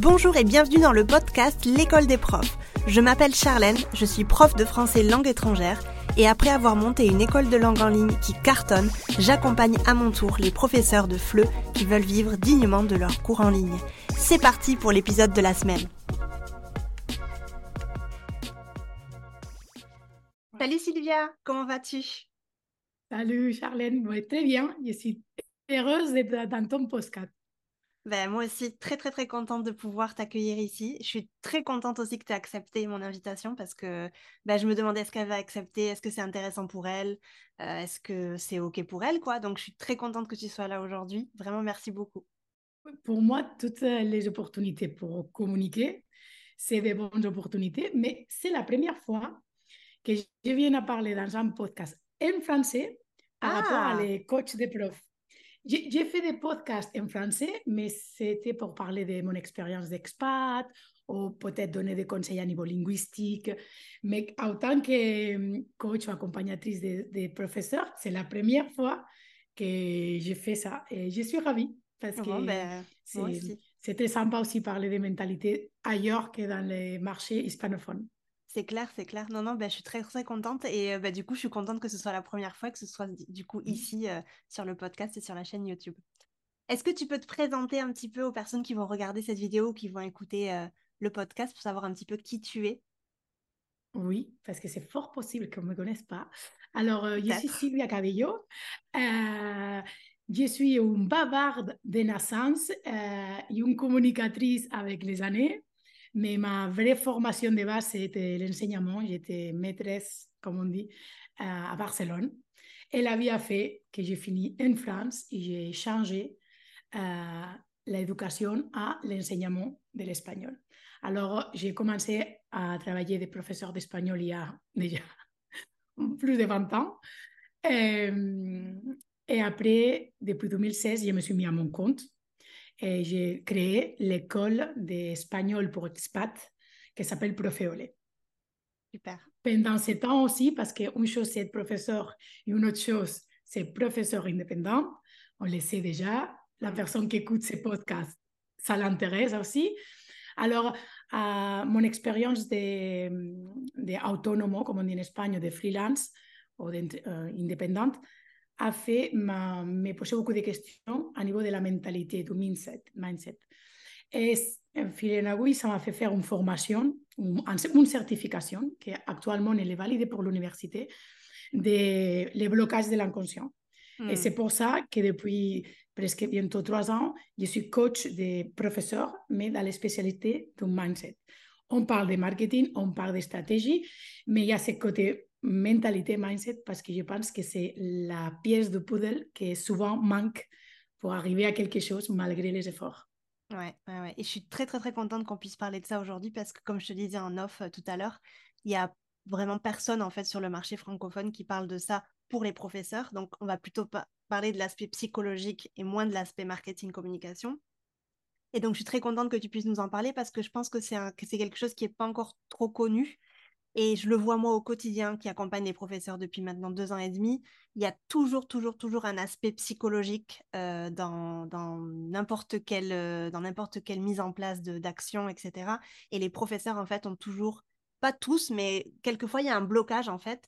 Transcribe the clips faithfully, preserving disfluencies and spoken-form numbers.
Bonjour et bienvenue dans le podcast L'école des profs. Je m'appelle Charlène, je suis prof de français langue étrangère et après avoir monté une école de langue en ligne qui cartonne, j'accompagne à mon tour les professeurs de F L E qui veulent vivre dignement de leurs cours en ligne. C'est parti pour l'épisode de la semaine. Salut Sylvia, comment vas-tu? Salut Charlène, ouais, très bien, je suis heureuse d'être dans ton podcast. Ben, moi aussi, très très très contente de pouvoir t'accueillir ici. Je suis très contente aussi que tu aies accepté mon invitation parce que ben, je me demandais est-ce qu'elle va accepter, est-ce que c'est intéressant pour elle, euh, est-ce que c'est OK pour elle, quoi. Donc je suis très contente que tu sois là aujourd'hui. Vraiment, merci beaucoup. Pour moi, toutes les opportunités pour communiquer, c'est de bonnes opportunités, mais c'est la première fois que je viens à parler dans un podcast en français à rapport à Ah, les coachs de profs. J'ai j'ai fait des podcasts en français, mais c'était pour parler de mon expérience d'expat ou peut-être donner des conseils à niveau linguistique. Mais en tant que coach ou accompagnatrice de, de professeurs, c'est la première fois que j'ai fait ça. Et je suis ravie parce bon, que ben, moi c'est aussi. c'est très sympa aussi parler de mentalité ailleurs que dans les marchés hispanophones. C'est clair, c'est clair. Non, non, ben, je suis très très contente et euh, ben, du coup, je suis contente que ce soit la première fois que ce soit du coup ici euh, sur le podcast et sur la chaîne YouTube. Est-ce que tu peux te présenter un petit peu aux personnes qui vont regarder cette vidéo ou qui vont écouter euh, le podcast pour savoir un petit peu qui tu es? Oui, parce que c'est fort possible qu'on ne me connaisse pas. Alors, euh, je suis Peut-être. Sylvia Cabello. Euh, je suis une bavarde de naissance euh, et une communicatrice avec les années. Mais ma vraie formation de base, c'était l'enseignement. J'étais maîtresse, comme on dit, euh, à Barcelone. Et la vie a fait que j'ai fini en France et j'ai changé euh, l'éducation à l'enseignement de l'espagnol. Alors, j'ai commencé à travailler de professeur d'espagnol il y a déjà plus de vingt ans. Et, et après, depuis deux mille seize, je me suis mis à mon compte et j'ai créé l'école d'espagnol pour expats qui s'appelle Profeole. Super. Pendant ce temps aussi, parce qu'une chose c'est être professeur et une autre chose c'est professeur indépendant, on le sait déjà, la Mm. personne qui écoute ces podcasts, ça l'intéresse aussi. Alors, euh, mon expérience d'autonomo, comme on dit en Espagne, de freelance ou d'indépendante, a fait me poser beaucoup de questions à niveau de la mentalité, du mindset. mindset. Et en Filenagui, ça m'a fait faire une formation, une, une certification qui actuellement elle est validée pour l'université, de les blocages de l'inconscient. Et Mm. c'est pour ça que depuis presque bientôt trois ans, je suis coach de professeurs, mais dans les spécialités du mindset. On parle de marketing, on parle de stratégie, mais il y a ce côté mentalité, mindset, parce que je pense que c'est la pièce de puzzle qui souvent manque pour arriver à quelque chose malgré les efforts. Ouais, ouais, ouais. Et je suis très, très, très contente qu'on puisse parler de ça aujourd'hui parce que, comme je te disais en off euh, tout à l'heure, il y a vraiment personne, en fait, sur le marché francophone qui parle de ça pour les professeurs. Donc, on va plutôt pa- parler de l'aspect psychologique et moins de l'aspect marketing-communication. Et donc, je suis très contente que tu puisses nous en parler parce que je pense que c'est un- que c'est quelque chose qui n'est pas encore trop connu. Et je le vois moi au quotidien qui accompagne les professeurs depuis maintenant deux ans et demi. Il y a toujours, toujours, toujours un aspect psychologique euh, dans, dans n'importe quelle, euh, dans n'importe quelle mise en place de, d'action, et cetera. Et les professeurs, en fait, ont toujours, pas tous, mais quelquefois, il y a un blocage, en fait.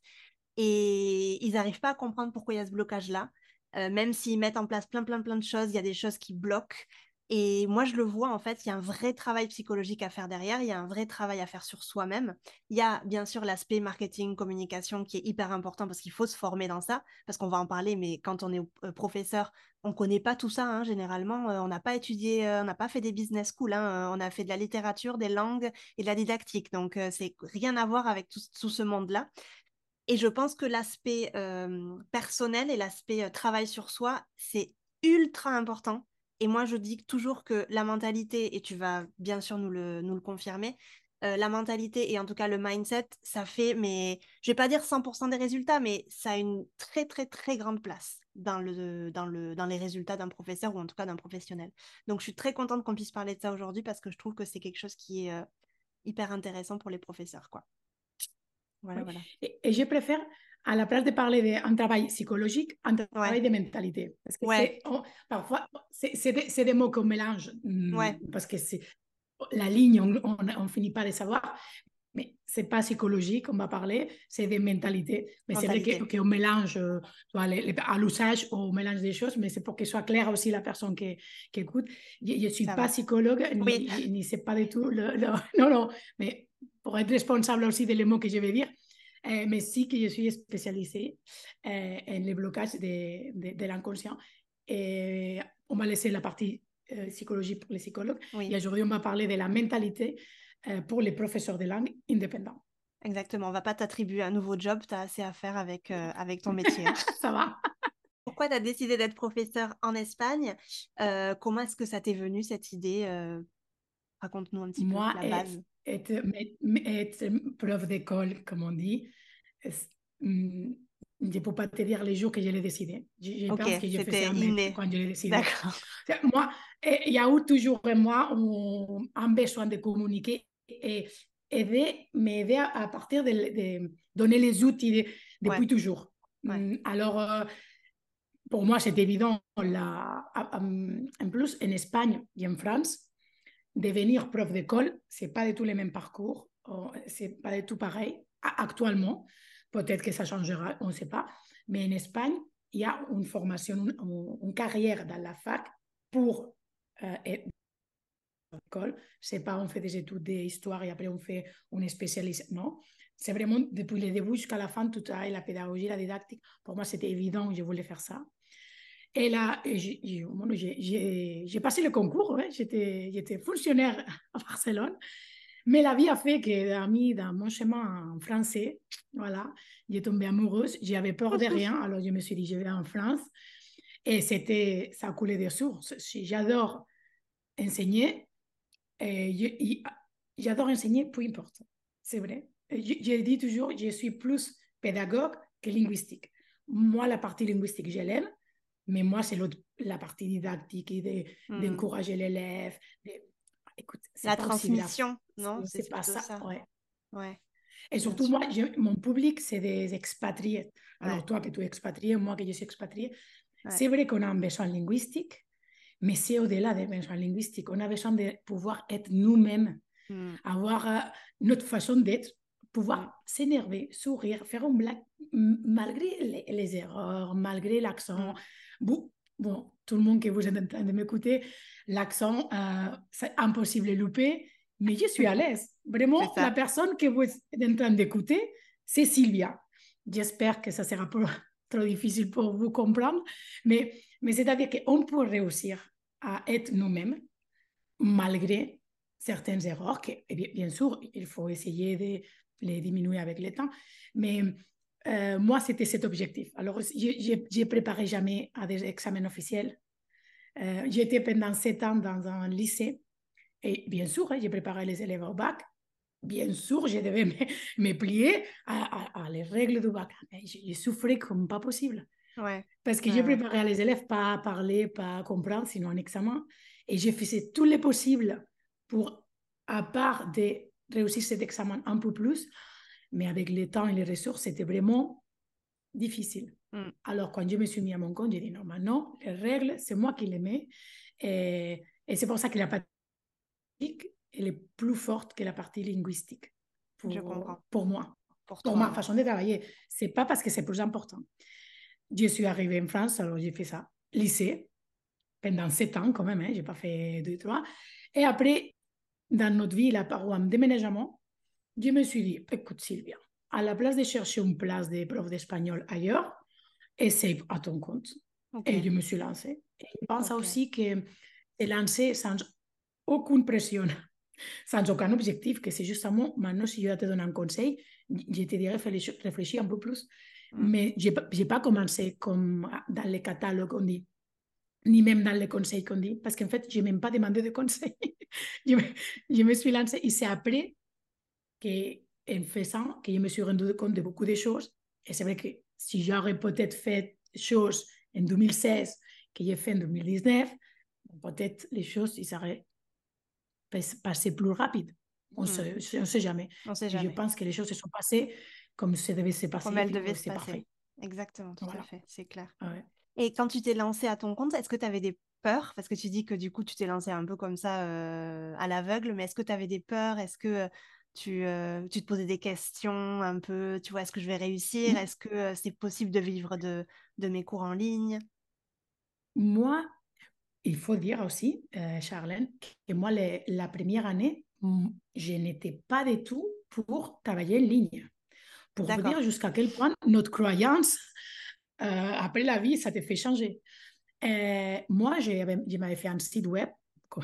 Et ils n'arrivent pas à comprendre pourquoi il y a ce blocage-là. Euh, même s'ils mettent en place plein, plein, plein de choses, il y a des choses qui bloquent. Et moi, je le vois, en fait, il y a un vrai travail psychologique à faire derrière, il y a un vrai travail à faire sur soi-même. Il y a bien sûr l'aspect marketing, communication qui est hyper important parce qu'il faut se former dans ça, parce qu'on va en parler, mais quand on est euh, professeur, on ne connaît pas tout ça, hein, généralement. Euh, on n'a pas étudié, euh, on n'a pas fait des business schools, hein, euh, on a fait de la littérature, des langues et de la didactique. Donc, euh, c'est rien à voir avec tout, tout ce monde-là. Et je pense que l'aspect euh, personnel et l'aspect euh, travail sur soi, c'est ultra important. Et moi, je dis toujours que la mentalité, et tu vas bien sûr nous le, nous le confirmer, euh, la mentalité et en tout cas le mindset, ça fait, mais je vais pas dire cent pour cent des résultats, mais ça a une très, très, très grande place dans, le, dans, le, dans les résultats d'un professeur ou en tout cas d'un professionnel. Donc, je suis très contente qu'on puisse parler de ça aujourd'hui parce que je trouve que c'est quelque chose qui est euh, hyper intéressant pour les professeurs, quoi. Voilà, Oui. voilà. Et, et je préfère, à la place de parler d'un travail psychologique, un Ouais, travail de mentalité. Parce que ouais. c'est, oh, parfois, c'est, c'est, des, c'est des mots qu'on mélange, hum, Ouais, parce que c'est, la ligne, on, on, on finit pas de savoir. Mais c'est pas psychologique, on va parler, c'est des mentalités. Mais c'est vrai Mentalité. qu'on mélange, euh, les, les, à l'usage, on mélange des choses, mais c'est pour que soit clair aussi la personne qui, qui écoute. Je ne suis Ça pas va. Oui. psychologue, ni c'est pas du tout, le, le, non, non, mais pour être responsable aussi des mots que je vais dire, euh, mais sí que je suis spécialisée euh, en le blocage de, de, de l'inconscient. Et on va laisser la partie euh, psychologie pour les psychologues. Oui. Et aujourd'hui, on va parler de la mentalité euh, pour les professeurs de langue indépendants. Exactement. On va pas t'attribuer un nouveau job, tu as assez à faire avec, euh, avec ton métier. Hein. Ça va. Pourquoi tu as décidé d'être professeur en Espagne? Euh, comment est-ce que ça t'est venu, cette idée? Euh, raconte-nous un petit peu Moi, la être, base. être, être prof d'école, comme on dit, je ne peux pas te dire les jours que je l'ai décidé. Je, je Ok, pense que je faisais c'était un bête inné. quand je l'ai décidé. D'accord. Moi, il y a eu toujours en moi un, un besoin de communiquer et aider, m'aider à, à partir de, de donner les outils de, Ouais, depuis toujours. ouais. Alors, euh, pour moi, c'est évident. La, en plus, en Espagne et en France, devenir prof d'école, ce n'est pas du tout le même parcours, ce n'est pas du tout pareil actuellement. Peut-être que ça changera, on ne sait pas. Mais en Espagne, il y a une formation, une, une carrière dans la fac pour euh, être école. C'est pas on fait des études d'histoire et après on fait une spécialisation. Non, c'est vraiment depuis le début jusqu'à la fin, tout ça, la pédagogie, la didactique. Pour moi, c'était évident que je voulais faire ça. Et là, j'ai passé le concours, ouais, j'étais fonctionnaire à Barcelone, mais la vie a fait que, mis dans mon chemin en français, voilà, j'ai tombé amoureuse, j'avais peur de rien, alors je me suis dit, je vais en France, et c'était, ça a coulé des sources. J'adore enseigner, et j'adore enseigner, peu importe, c'est vrai. J'ai dit toujours, je suis plus pédagogue que linguistique. Moi, la partie linguistique, je l'aime, mais moi, c'est la partie didactique et d'encourager de, mm. l'élève. De... Écoute, c'est La pas aussi grave. transmission, non? C'est C'est pas plutôt ça. ça. Ouais. Ouais, Et bien surtout, sûr. moi, je, mon public, c'est des expatriés. Alors, Ouais. toi, que tu es expatrié, moi, que je suis expatrié, Ouais. c'est vrai qu'on a un besoin linguistique, mais c'est au-delà des besoins linguistiques. On a besoin de pouvoir être nous-mêmes, mm. avoir euh, notre façon d'être, pouvoir mm. s'énerver, sourire, faire une blague, malgré les, les erreurs, malgré l'accent. Mm. Bon, bon, tout le monde que vous êtes en train de m'écouter, l'accent, euh, c'est impossible de louper, mais je suis à l'aise. Vraiment, la personne que vous êtes en train d'écouter, c'est Sylvia. J'espère que ça sera pas trop difficile pour vous comprendre, mais, mais c'est-à-dire qu'on peut réussir à être nous-mêmes malgré certaines erreurs, que bien, bien sûr, il faut essayer de les diminuer avec le temps, mais euh, moi, c'était cet objectif. Alors, je n'ai préparé jamais à des examens officiels. Euh, J'étais pendant sept ans dans un lycée, et bien sûr, hein, j'ai préparé les élèves au bac. Bien sûr, je devais me, me plier à, à, à, les règles du bac. Mais je, je souffrais comme pas possible. Ouais. Parce que ouais, j'ai ouais. préparé les élèves pas à parler, pas à comprendre, sinon un examen. Et j'ai fait tout le possible pour, à part de réussir cet examen un peu plus, mais avec le temps et les ressources, c'était vraiment difficile. Mm. Alors, quand je me suis mis à mon compte, j'ai dit non, maintenant, les règles, c'est moi qui les mets. Et, et c'est pour ça que la partie elle est plus forte que la partie linguistique. Pour, je comprends. Pour moi. Pour, pour toi, ma ouais. façon de travailler. C'est pas parce que c'est plus important. Je suis arrivée en France, alors j'ai fait ça. Lycée, pendant sept ans quand même, hein, j'ai pas fait deux, trois. Et après, dans notre vie, là, par un déménagement, je me suis dit, écoute Sylvia, à la place de chercher une place de prof d'espagnol ailleurs, essaye à ton compte. Okay. Et je me suis lancée. Et je pense okay. aussi que c'est lancé sans aucune pression, sans aucun objectif, que c'est justement, maintenant, si je te donne un conseil, je te dirais réfléchir un peu plus. Mm. Mais je n'ai pas commencé comme dans les catalogues, on dit, ni même dans les conseils qu'on dit, parce qu'en fait, je n'ai même pas demandé de conseils. je, me, je me suis lancée et c'est après qu'en faisant que je me suis rendu compte de beaucoup de choses. Et c'est vrai que si j'aurais peut-être fait des choses en deux mille seize que j'ai fait en deux mille dix-neuf, peut-être les choses, ils seraient passées plus rapide. On ne mm. sait, sait jamais. On sait jamais. Je pense que les choses se sont passées comme ça devait se passer. Comme elles devaient se passer. Parfait. Exactement, tout voilà. à fait, c'est clair. Ouais. Et quand tu t'es lancée à ton compte, est-ce que tu avais des peurs? Parce que tu dis que du coup, tu t'es lancé un peu comme ça euh, à l'aveugle, mais est-ce que tu avais des peurs? Est-ce que euh, tu, euh, tu te posais des questions un peu, tu vois, est-ce que je vais réussir? Est-ce que euh, c'est possible de vivre de, de mes cours en ligne? Moi, il faut dire aussi, euh, Charlène, que moi, les- la première année, mm, je n'étais pas du tout pour travailler en ligne. Pour vous dire D'accord, jusqu'à quel point notre croyance, euh, après la vie, ça te fait changer. Euh, moi, j'avais- je m'avais fait un site web quoi,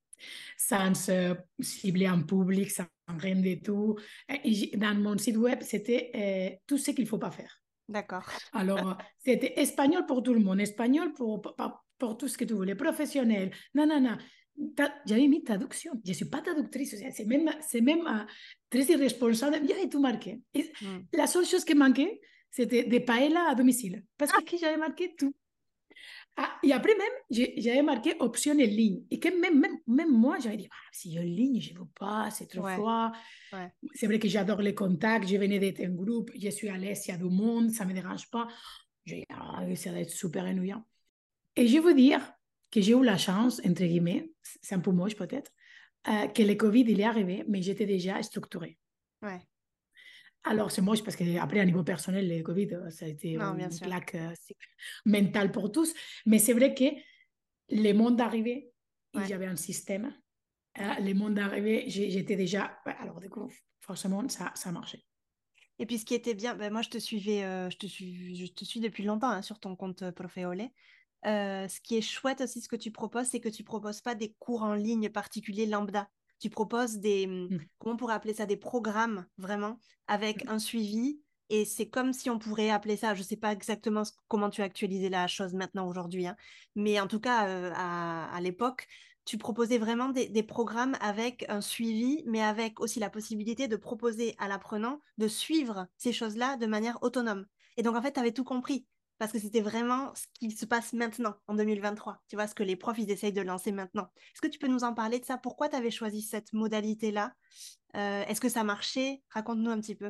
sans euh, cibler en public, sans rien du tout. Et j'ai- dans mon site web, c'était euh, tout ce qu'il ne faut pas faire. d'accord. Alors, euh, c'était espagnol pour tout le monde, espagnol pour, pour, pour tout ce que tu voulais, professionnel. Non, non, non. Ta- J'avais mis traduction. Je ne suis pas traductrice. C'est même, c'est même euh, très irresponsable. J'avais tout marqué. Et Hmm. la seule chose qui manquait, c'était des paella à domicile. Parce que j'avais marqué tout. Ah, et après même, j'avais marqué option en ligne. Et que même, même, même moi, j'avais dit, ah, si en ligne, je ne veux pas, c'est trop Ouais, froid. ouais. C'est vrai que j'adore les contacts, je venais d'être un groupe, je suis à l'aise, il y a du monde, ça ne me dérange pas. J'ai dit, ah, ça va être super ennuyant. Et je veux dire que j'ai eu la chance, entre guillemets, c'est un peu moche peut-être, euh, que le Covid, il est arrivé, mais j'étais déjà structurée. Ouais. Alors, c'est moche parce qu'après, à niveau personnel, le Covid, ça a été Non, bien une sûr. claque euh, mentale pour tous. Mais c'est vrai que le monde arrivé et Ouais. j'avais un système. Euh, le monde arrivé, j'étais déjà. Alors, du coup, forcément, ça, ça marchait. Et puis ce qui était bien, ben moi je te suivais, euh, je te suis, je te suis depuis longtemps hein, sur ton compte euh, Profeole. Euh, ce qui est chouette aussi, ce que tu proposes, c'est que tu proposes pas des cours en ligne particuliers lambda. Tu proposes des, hum, Mm. comment on pourrait appeler ça, des programmes vraiment avec un suivi. Et c'est comme si on pourrait appeler ça, je sais pas exactement ce- comment tu as actualisé la chose maintenant aujourd'hui, hein, mais en tout cas euh, à, à l'époque, tu proposais vraiment des, des programmes avec un suivi, mais avec aussi la possibilité de proposer à l'apprenant de suivre ces choses-là de manière autonome. Et donc, en fait, tu avais tout compris, parce que c'était vraiment ce qui se passe maintenant, en deux mille vingt-trois. Tu vois, ce que les profs, ils essayent de lancer maintenant. Est-ce que tu peux nous en parler de ça? Pourquoi tu avais choisi cette modalité-là? Euh, est-ce que ça marchait? Raconte-nous un petit peu.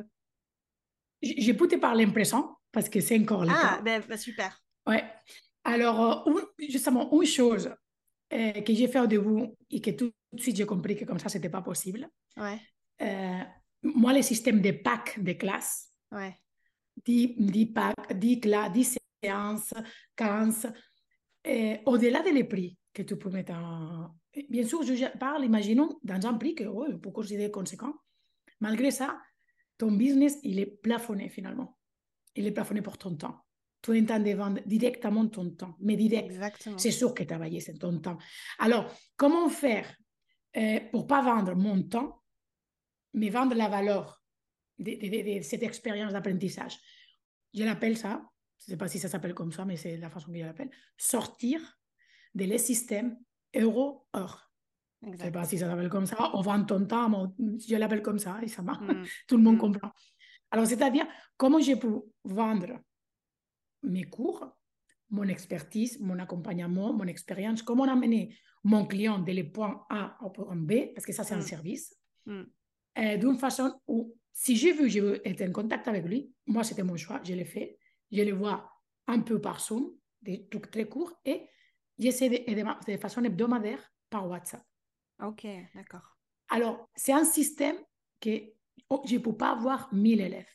J'ai pu te parler en présent parce que c'est encore le Ah, cas. ben, ben, super. Ouais. Alors, euh, un- justement, une chose euh, que j'ai fait au début et que tout de suite j'ai compris que comme ça, c'était pas possible. Ouais, Euh, Moi, le système de pack de classe, ouais, dix, dix packs, dix classes, dix séances, quinze, euh, au-delà des prix que tu peux mettre en... Bien sûr, je parle, imaginons, dans un prix que oh, on peut considérer conséquent. Malgré ça, ton business, il est plafonné finalement. Il est plafonné pour ton temps. Tu es en train de vendre directement ton temps, mais direct. exactement. C'est sûr que travailler, c'est ton temps. Alors, comment faire euh, pour ne pas vendre mon temps, mais vendre la valeur de, de, de, de cette expérience d'apprentissage? Je l'appelle ça, je ne sais pas si ça s'appelle comme ça, mais c'est la façon que je l'appelle, sortir de les systèmes euro-heure. Je ne sais pas Exact. si ça s'appelle comme ça, on vend ton temps, mais je l'appelle comme ça, et ça marche. Mm, Tout le monde mm, comprend. Alors, c'est-à-dire, comment je peux vendre mes cours, mon expertise, mon accompagnement, mon expérience, comment amener mon client de le point A au point B, parce que ça, c'est un mm, service, mm, euh, d'une façon où, si j'ai vu, je veux être en contact avec lui, moi, c'était mon choix, je l'ai fait, je le vois un peu par Zoom, des trucs très courts, et j'essaie de, de, de façon hebdomadaire par WhatsApp. ok, d'accord. Alors, c'est un système que oh, je ne peux pas avoir mille élèves.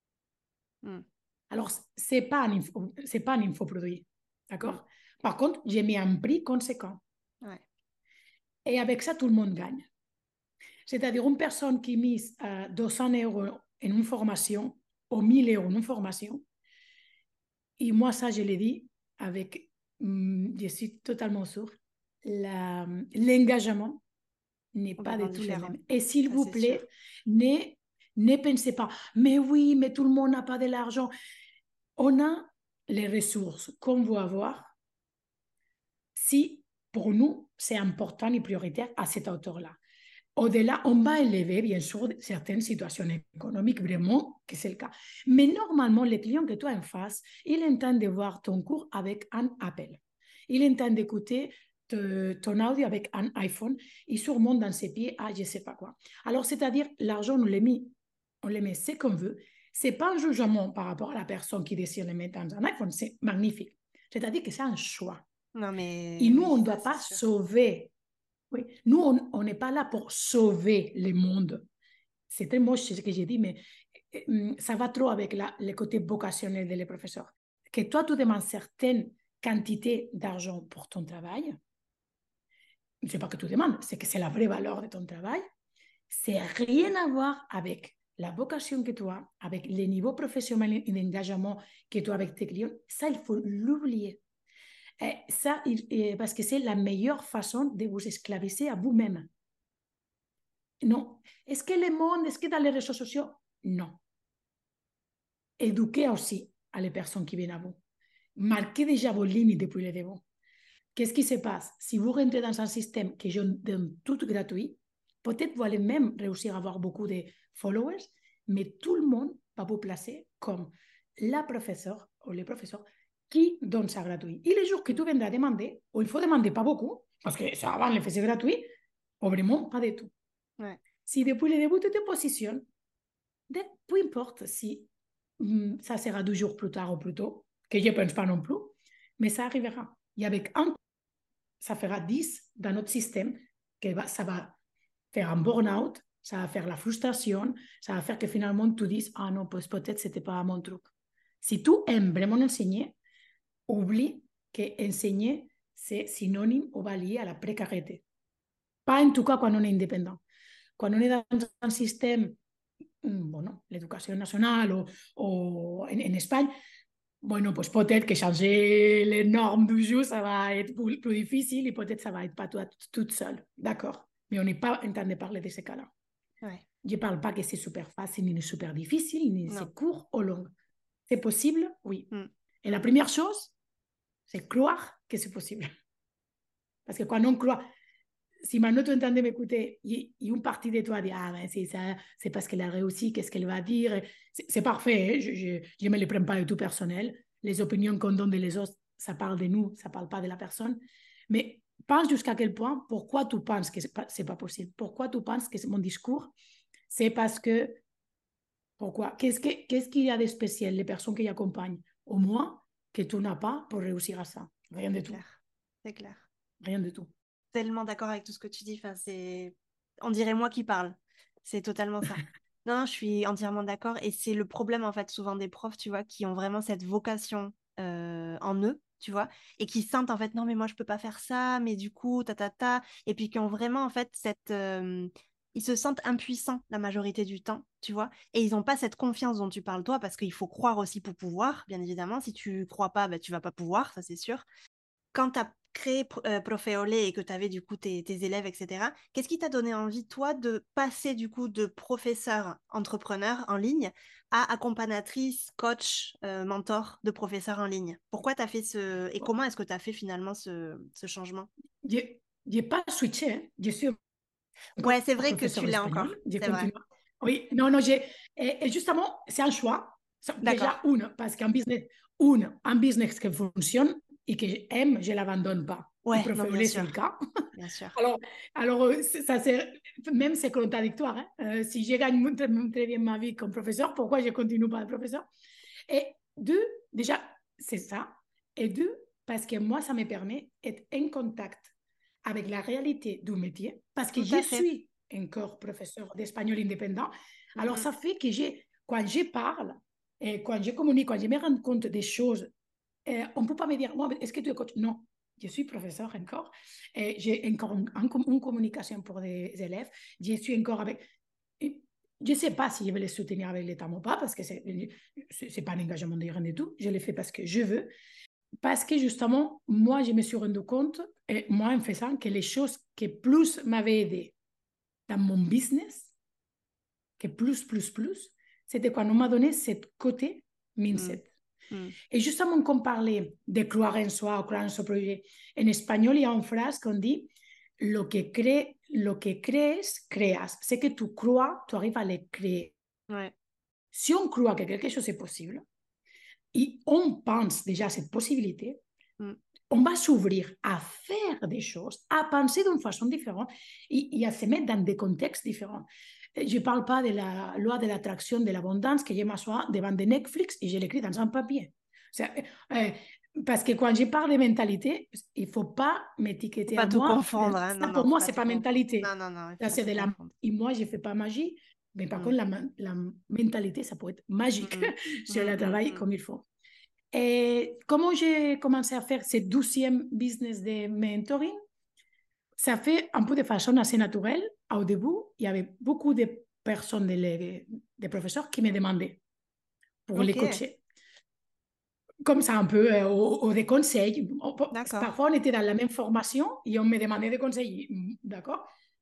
Mm, Alors, ce n'est pas, info, pas un infoproduit. mm, D'accord? Par contre, j'ai mis un prix conséquent. ouais, Et avec ça, tout le monde gagne. C'est-à-dire, une personne qui mise euh, deux cents euros en une formation ou mille euros en une formation, et moi, ça, je l'ai dit avec, hum, je suis totalement sûre, la, l'engagement n'est pas complètement de tous les différent. mêmes. Et s'il Ça, vous c'est sûr. plaît, ne, ne pensez pas, mais oui, mais tout le monde n'a pas de l'argent. On a les ressources qu'on veut avoir si pour nous, c'est important et prioritaire à cette hauteur-là. Au-delà, on va élever, bien sûr, certaines situations économiques, vraiment, que c'est le cas. Mais normalement, le client que tu as en face, il entend de voir ton cours avec un appel. Il entend d'écouter ton audio avec un iPhone. Il surmonte dans ses pieds à je ne sais pas quoi. Alors, c'est-à-dire, l'argent, on le met, on le met ce qu'on veut. Ce n'est pas un jugement par rapport à la personne qui décide de le mettre dans un iPhone. C'est magnifique. C'est-à-dire que c'est un choix. Non, mais Et nous, oui, on ne ça, doit c'est pas sûr. sauver. Oui. Nous, on n'est pas là pour sauver le monde. C'est très moche ce que j'ai dit, mais ça va trop avec la, le côté vocationnel des professeurs. Que toi, tu demandes certaines quantités d'argent pour ton travail. Ce n'est pas que tu demandes, c'est que c'est la vraie valeur de ton travail. C'est rien à voir avec la vocation que tu as, avec les niveaux professionnels et d'engagement que tu as avec tes clients. Ça, il faut l'oublier. Et ça, il, parce que c'est la meilleure façon de vous esclaviser à vous-même. Non. Est-ce que le monde, est-ce que dans les réseaux sociaux? Non. Éduquez aussi à les personnes qui viennent à vous. Marquez déjà vos limites depuis le début. Qu'est-ce qui se passe? Si vous rentrez dans un système que je donne tout gratuit, peut-être vous allez même réussir à avoir beaucoup de followers, mais tout le monde va vous placer comme la professeure ou les professeurs qui donne ça gratuit. Et les jours que tu viendras demander, ou il faut demander pas beaucoup, parce que ça avant le faisait gratuit, ou vraiment pas du tout. Ouais. Si depuis le début tu te positionnes, peu importe si ça sera deux jours plus tard ou plus tôt, que je ne pense pas non plus, mais ça arrivera. Et avec un, ça fera dix dans notre système, que va, ça va faire un burn-out, ça va faire la frustration, ça va faire que finalement tu dises, ah non, pues peut-être ce n'était pas mon truc. Si tu aimes vraiment enseigner, oublie que enseigner, c'est synonyme ou va lié à la précarité. Pas en tout cas quand on est indépendant. Quand on est dans un système, bueno, l'educació nacional o, o en, en Espanya, bueno, pues peut-être que changer les normes du jour, ça va être plus, plus difficile et peut-être ça va être pas toi toute seule. D'accord. Mais on n'est pas en train de parler de ces cas-là. Ouais. Je ne parle pas que c'est super facile, ni super difficile, ni Non. c'est court ou long. C'est possible, oui. Mm. Et la première chose, c'est croire que c'est possible. Parce que quand on croit, si maintenant tu es en train de m'écouter, il y a une partie de toi dit, ah ben c'est ça, c'est parce qu'elle a réussi, qu'est-ce qu'elle va dire. C'est parfait, hein? je ne me les prends pas du tout personnel. Les opinions qu'on donne des autres, ça parle de nous, ça ne parle pas de la personne. Mais pense jusqu'à quel point, pourquoi tu penses que ce n'est pas, pas possible? Pourquoi tu penses que mon discours, c'est parce que, pourquoi? Qu'est-ce qu'il qu'est-ce qu'il y a de spécial, les personnes qui accompagnent, au moins, que tu n'as pas pour réussir à ça? Rien du tout. C'est clair. Rien du tout. Tellement d'accord avec tout ce que tu dis. Enfin, c'est... On dirait moi qui parle. C'est totalement ça. Non, je suis entièrement d'accord. Et c'est le problème, en fait, souvent des profs, tu vois, qui ont vraiment cette vocation euh, en eux, tu vois, et qui sentent, en fait, non, mais moi, je peux pas faire ça, mais du coup, ta, ta, ta. Et puis qui ont vraiment, en fait, cette... euh, Ils se sentent impuissants la majorité du temps, tu vois, et ils n'ont pas cette confiance dont tu parles, toi, parce qu'il faut croire aussi pour pouvoir, bien évidemment. Si tu crois pas, bah, tu vas pas pouvoir, ça, c'est sûr. Quand tu as créé euh, Profeolé et que tu avais du coup tes, tes élèves, et cetera, qu'est-ce qui t'a donné envie, toi, de passer du coup de professeur entrepreneur en ligne à accompagnatrice, coach, euh, mentor de professeur en ligne? Pourquoi tu as fait ce... Et comment est-ce que tu as fait finalement ce, ce changement? Je n'ai pas switché, hein. Je suis Ouais, c'est vrai que professeur tu l'as d'espagnol. encore, J'ai c'est vrai. continué. Oui, non, non, j'ai. Et, et justement, c'est un choix. Déjà, D'accord. une, parce qu'un business, une, un business qui fonctionne et que j'aime, je ne l'abandonne pas. Et Ouais, non, bien Profeolé, c'est le sûr. cas. Bien sûr. Alors, alors ça, c'est, même c'est contradictoire. Hein. Euh, si je gagne très, très bien ma vie comme professeur, pourquoi je ne continue pas de professeur? Et deux, déjà, c'est ça. Et deux, parce que moi, ça me permet d'être en contact avec la réalité du métier, parce que Tout je à fait. suis encore professeur d'espagnol indépendant. Alors, Mm-hmm. ça fait que j'ai, quand je parle, et quand je communique, quand je me rends compte des choses, euh, on ne peut pas me dire, oh, est-ce que tu es coach? Non, je suis professeur encore. Et j'ai encore une, une communication pour des élèves. Je suis encore avec... Je ne sais pas si je vais les soutenir avec l'État ou pas, parce que ce n'est pas un engagement de rien du tout. Je le fais parce que je veux. Parce que justement, moi, je me suis rendu compte, et moi, en faisant, que les choses qui plus m'avaient aidé dans mon business, que plus, plus, plus, c'était quand on m'a donné ce côté mindset. Mm. Mm. Et justement, quand on parlait de croire en soi ou croire en son projet, en espagnol, il y a une phrase qu'on dit lo que, crée, lo que crees, creas. Ce que tu crois, tu arrives à le créer. Ouais. Si on croit que quelque chose est possible, et on pense déjà à cette possibilité, mm. on va s'ouvrir à faire des choses, à penser d'une façon différente et, et à se mettre dans des contextes différents. Je ne parle pas de la loi de l'attraction de l'abondance que je m'assois devant de Netflix et je l'écris dans un papier. O sea, euh, Parce que quand je parle de mentalité, il ne faut pas m'étiqueter pas à tout moi. confondre. Hein. Ça, Non, pour non, faut moi, pas ce n'est tout pas confondre. mentalité. Non, non, non, il faut Ça, pas c'est tout de la... confondre. Et moi, je ne fais pas magie. Mais par Mm. contre, la, la mentalité, ça peut être magique Mm. si on Mm, la mm, travaille mm. comme il faut. Et comment j'ai commencé à faire ce douzième business de mentoring? Ça fait un peu de façon assez naturelle. Au début, il y avait beaucoup de personnes, des de professeurs qui me demandaient pour les Ok, coacher. Comme ça, un peu, euh, ou, ou des conseils. d'accord. Parfois, on était dans la même formation et on me demandait des conseils. D'accord?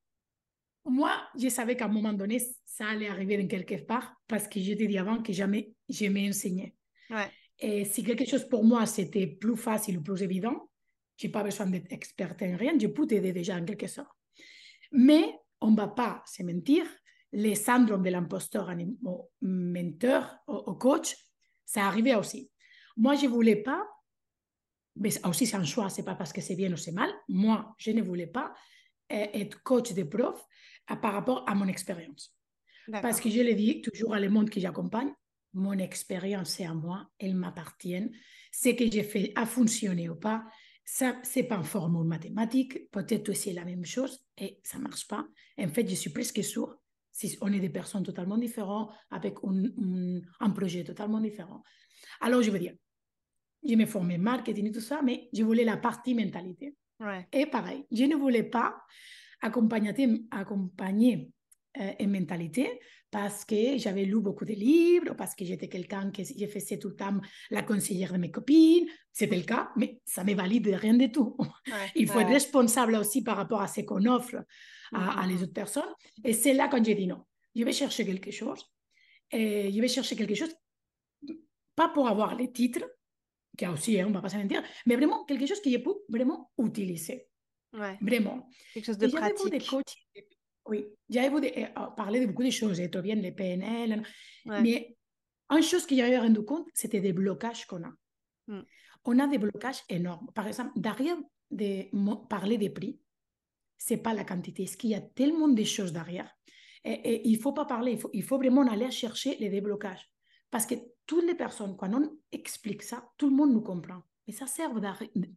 Moi, je savais qu'à un moment donné, ça allait arriver dans quelque part parce que je t'ai dit avant que jamais j'aimais enseigner. Ouais. Et si quelque chose pour moi, c'était plus facile ou plus évident, je n'ai pas besoin d'être experte en rien, je peux t'aider déjà en quelque sorte. Mais on ne va pas se mentir, le syndrome de l'imposteur au mentor, au, au coach, ça arrivait aussi. Moi, je ne voulais pas, mais aussi c'est un choix, ce n'est pas parce que c'est bien ou c'est mal, moi, je ne voulais pas être coach de prof par rapport à mon expérience. Parce que je le dis toujours à le monde que j'accompagne, mon expérience, c'est à moi, elle m'appartient. Ce que j'ai fait a fonctionné ou pas, ça, c'est pas en formule mathématique, peut-être aussi la même chose et ça marche pas. En fait, je suis presque sûre, si on est des personnes totalement différentes, avec un, un, un projet totalement différent. Alors, je veux dire, je me formais marketing et tout ça, mais je voulais la partie mentalité. Ouais. Et pareil, je ne voulais pas accompagner, accompagner euh, en mentalité parce que j'avais lu beaucoup de livres, parce que j'étais quelqu'un que je faisais tout le temps la conseillère de mes copines. C'était le cas, mais ça ne me valide rien du tout. Ouais. Il faut Ouais. être responsable aussi par rapport à ce qu'on offre à, mm, à les mm. autres personnes. Et c'est là quand j'ai dit non, je vais chercher quelque chose. Et je vais chercher quelque chose, pas pour avoir les titres, qui a aussi, hein, on ne va pas se mentir, mais vraiment quelque chose que je peux vraiment utiliser. Ouais. Vraiment. Quelque chose de Et j'avais vu des pratique. coachs, oui, j'avais vu des, euh, parler de beaucoup de choses, et bien les P N L, Ouais. mais une chose que j'avais rendu compte, c'était des blocages qu'on a. Mm. On a des blocages énormes. Par exemple, derrière de parler des prix, ce n'est pas la quantité, parce qu'il y a tellement de choses derrière. Et, et il ne faut pas parler, il faut, il faut vraiment aller chercher les déblocages. Parce que toutes les personnes, quand on explique ça, tout le monde nous comprend. Mais ça sert de,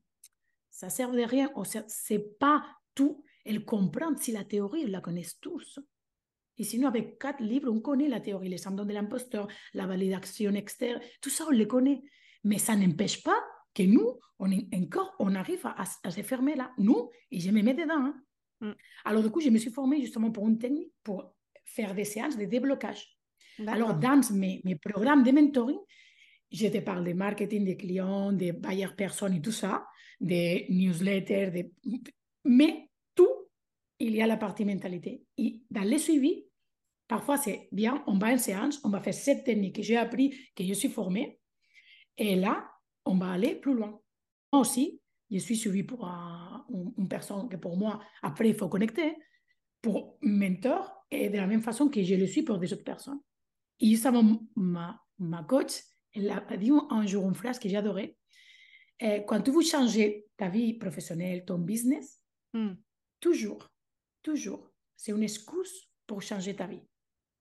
ça sert de rien. Ce n'est pas tout. Elles comprennent si la théorie, ils la connaissent tous. Et sinon, avec quatre livres, on connaît la théorie, le syndrome de l'imposteur, la validation externe, tout ça, on le connaît. Mais ça n'empêche pas que nous, on est, encore, on arrive à, à se fermer là. Nous, et je me mets dedans. Hein. Mm. Alors, du coup, je me suis formée justement pour une technique pour faire des séances de déblocage. Alors, dans mes, mes programmes de mentoring, je te parle de marketing, des clients, des buyer personnes et tout ça, des newsletters, des... mais tout, il y a la partie mentalité. Et dans les suivis, parfois c'est bien, on va en séance, on va faire cette technique que j'ai appris, que je suis formée, et là, on va aller plus loin. Moi aussi, je suis suivie pour un, une personne que pour moi, après, il faut connecter, pour mentor, et de la même façon que je le suis pour des autres personnes. Et justement, ma, ma coach, elle a dit un jour une phrase que j'adorais. Eh, quand tu veux changer ta vie professionnelle, ton business, mm. toujours, toujours, c'est une excuse pour changer ta vie.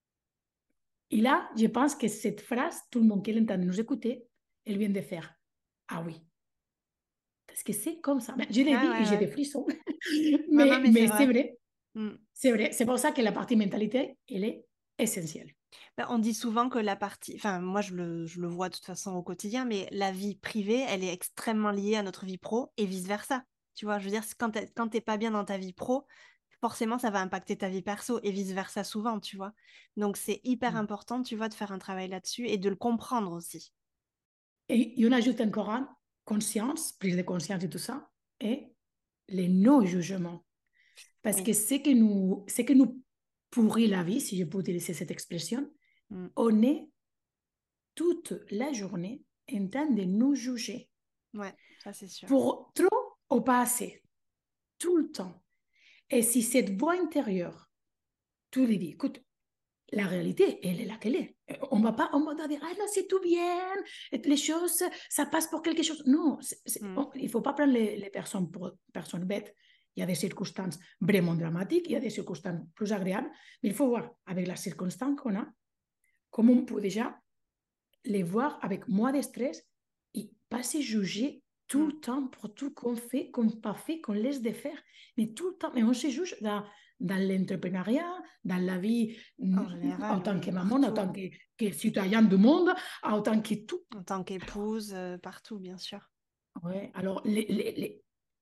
Et là, je pense que cette phrase, tout le monde qui l'entend nous écouter, elle vient de faire « Ah oui ». Parce que c'est comme ça. Ben, je l'ai ah, dit ouais, et j'ai ouais. des frissons. mais non, non, mais, mais c'est vrai. vrai. Mm. C'est vrai. C'est pour ça que la partie mentalité, elle est essentielle. Ben, on dit souvent que la partie, enfin moi je le, je le vois de toute façon au quotidien, mais la vie privée, elle est extrêmement liée à notre vie pro et vice-versa. Tu vois, je veux dire, quand tu n'es pas bien dans ta vie pro, forcément ça va impacter ta vie perso et vice-versa souvent, tu vois. Donc c'est hyper mmh. important, tu vois, de faire un travail là-dessus et de le comprendre aussi. Et, et on ajoute encore un, conscience, prise de conscience et tout ça, et les non-jugements. Parce oui. que ce que nous, ce que nous pourrit la vie, si je peux utiliser cette expression, mm. on est toute la journée en train de nous juger. Ouais, ça c'est sûr. Pour trop ou pas assez. Tout le temps. Et si cette voix intérieure, tu lui dis, écoute, la réalité, elle est là qu'elle est. On ne va pas, on va dire, ah non, c'est tout bien, les choses, ça passe pour quelque chose. Non, c'est, c'est, mm. on, il ne faut pas prendre les, les personnes pour personnes bêtes. Il y a des circonstances vraiment dramatiques, il y a des circonstances plus agréables, mais il faut voir, avec les circonstances qu'on a, comment on peut déjà les voir avec moins de stress et pas se juger tout Mm. le temps pour tout qu'on fait, qu'on pas fait, qu'on laisse de faire. Mais tout le temps. Mais on se juge dans, dans l'entrepreneuriat, dans la vie En général, en tant oui, que maman, en tant partout. que, que citoyen du monde, en tant que tout. En tant qu'épouse, euh, partout, bien sûr. Ouais, alors, les, les, les,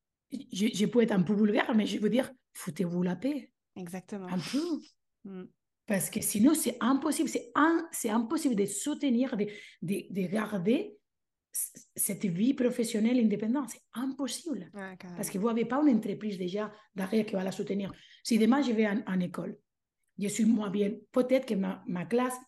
je, je peux être un peu vulgaire, mais je veux dire, foutez-vous la paix, Exactement. un peu. Mm. Parce que sinon, c'est impossible. C'est un, c'est impossible de soutenir, de, de, de garder cette vie professionnelle indépendante. C'est impossible. Ouais, Parce carrément. que vous n'avez pas une entreprise déjà derrière qui va la soutenir. Si demain je vais en, en école, je suis moins bien, peut-être que ma, ma classe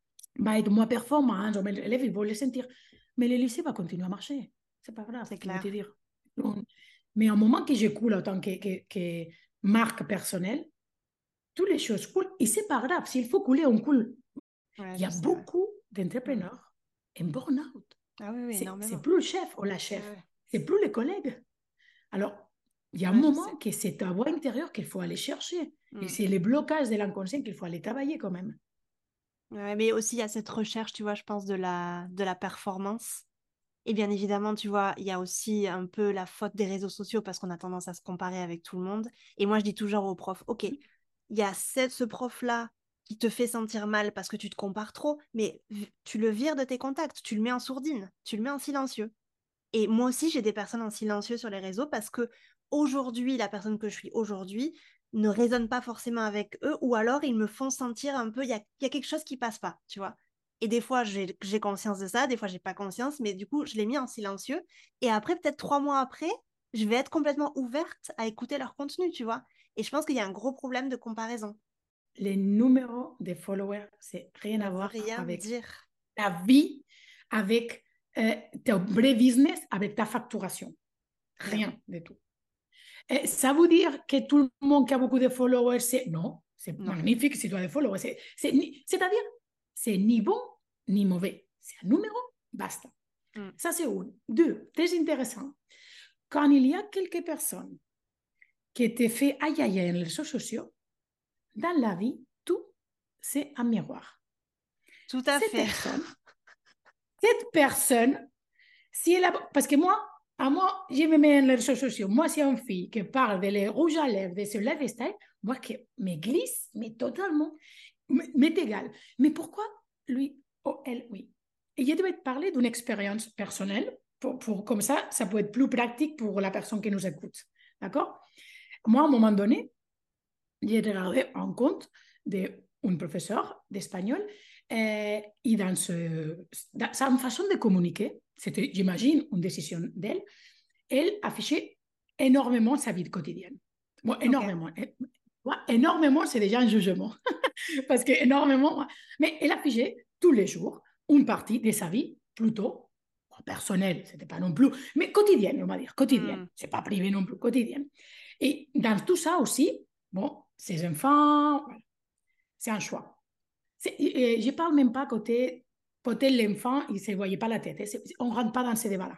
va être moins performante, mes élèves ils vont le sentir. Mais le lycée va continuer à marcher. C'est pas grave, C'est je vais te clair. dire. Donc, mais au moment que je coule en tant que, que, que marque personnelle, toutes les choses coulent. Et c'est pas grave. S'il faut couler, on coule. Ouais, Il y je a sais, ouais. beaucoup Mm. d'entrepreneurs en burn-out. Ah oui, oui, C'est, c'est énormément. plus le chef ou la Ouais, chef, ouais. c'est plus les collègues. Alors, il y a un Ouais, je sais. moment que c'est ta voix intérieure qu'il faut aller chercher. Et Mm. c'est les blocages de l'inconscient qu'il faut aller travailler quand même. Ouais, mais aussi, il y a cette recherche, tu vois, je pense, de la, de la performance. Et bien évidemment, tu vois, il y a aussi un peu la faute des réseaux sociaux parce qu'on a tendance à se comparer avec tout le monde. Et moi, je dis toujours aux profs, OK, il y a ce, ce prof-là qui te fait sentir mal parce que tu te compares trop, mais v- tu le vires de tes contacts, tu le mets en sourdine, tu le mets en silencieux. Et moi aussi, j'ai des personnes en silencieux sur les réseaux parce que aujourd'hui, la personne que je suis aujourd'hui ne résonne pas forcément avec eux ou alors ils me font sentir un peu, il y a, il y a quelque chose qui passe pas, tu vois. Et des fois, j'ai j'ai conscience de ça, des fois, j'ai pas conscience, mais du coup, je l'ai mis en silencieux. Et après, peut-être trois mois après, je vais être complètement ouverte à écouter leur contenu, tu vois. Et je pense qu'il y a un gros problème de comparaison. Les numéros des followers, c'est rien Ça à veut voir rien avec dire. ta vie, avec euh, ton vrai business, avec ta facturation. Non. Rien du tout. Et ça veut dire que tout le monde qui a beaucoup de followers, c'est... Non, c'est Non. magnifique si tu as des followers. C'est, c'est, c'est-à-dire, c'est ni bon ni mauvais. C'est un numéro, basta. Mm. Ça, c'est une. Deux, très intéressant. Quand il y a quelques personnes qui te font aïe aïe aïe dans les réseaux sociaux, dans la vie, tout, c'est un miroir. Tout à Cette fait. personne, cette personne, si elle a... Parce que moi, à moi, je me mets dans les réseaux sociaux. Moi, si une fille qui parle de les rouges à lèvres, de ce lèvres style, moi, qui me glisse, mais totalement, m'est égal. Mais pourquoi lui, oh, elle, oui. Et je devais te parler d'une expérience personnelle, pour, pour, comme ça, ça peut être plus pratique pour la personne qui nous écoute. D'accord? Moi, à un moment donné, j'ai regardé un compte d'un professeur d'espagnol euh, et dans, ce, dans sa façon de communiquer, c'était, j'imagine, une décision d'elle, elle affichait énormément sa vie quotidienne. Bon, Ok. énormément. Ouais, énormément, c'est déjà un jugement. Parce que énormément. Mais elle affichait tous les jours une partie de sa vie plutôt personnelle, c'était pas non plus, mais quotidienne, on va dire, quotidienne. Mm. C'est pas privé non plus, quotidienne. Et dans tout ça aussi, bon, ses enfants, voilà, c'est un choix. C'est, et je parle même pas côté, peut-être l'enfant, il se voyait pas la tête. On rentre pas dans ces débats-là.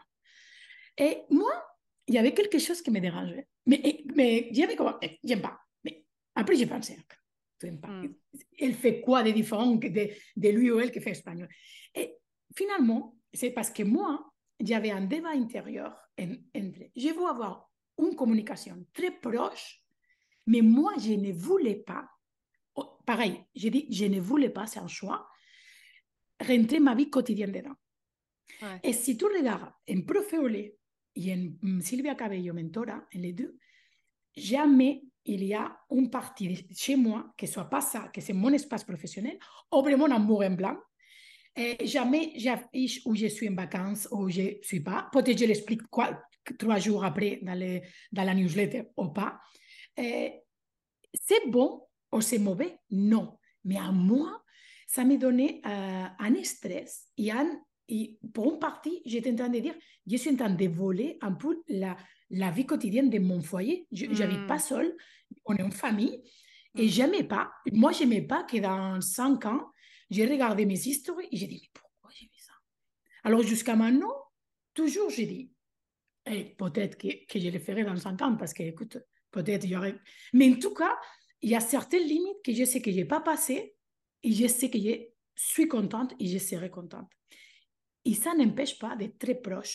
Et moi, il y avait quelque chose qui me dérangeait. Mais, mais j'avais comme, j'aime pas. Mais après, j'ai pensé, tu n'aimes pas. Mm. Elle fait quoi de différent de, de lui ou elle qui fait espagnol? Et finalement, c'est parce que moi, j'avais un débat intérieur en, entre, je veux avoir une communication très proche, mais moi, je ne voulais pas, oh, pareil, j'ai dit, je ne voulais pas, c'est un choix, rentrer ma vie quotidienne dedans. Ouais. Et si tu regardes en Profe Olé et en Silvia Cabello, mentora, en les deux, jamais il y a une partie chez moi que soit pas ça, que c'est mon espace professionnel, ou vraiment un mur en blanc. Et jamais j'affiche où je suis en vacances ou je ne suis pas. Peut-être je l'explique quoi, trois jours après dans, les, dans la newsletter ou pas. Et c'est bon ou c'est mauvais? Non. Mais à moi, ça m'a donné euh, un stress et, un, et pour une partie, j'étais en train de dire, je suis en train de voler un peu la, la vie quotidienne de mon foyer. Je n'habite pas Mm. seule, on est en famille et Mm. j'aimais pas, moi, j'aimais pas que dans cinq ans, j'ai regardé mes histoires et j'ai dit, mais pourquoi j'ai fait ça? Alors jusqu'à maintenant, toujours j'ai dit, et peut-être que, que je le ferai dans cinq ans parce que, écoute, peut-être il y aurait. Mais en tout cas, il y a certaines limites que je sais que je n'ai pas passées et je sais que je suis contente et je serai contente. Et ça n'empêche pas d'être très proche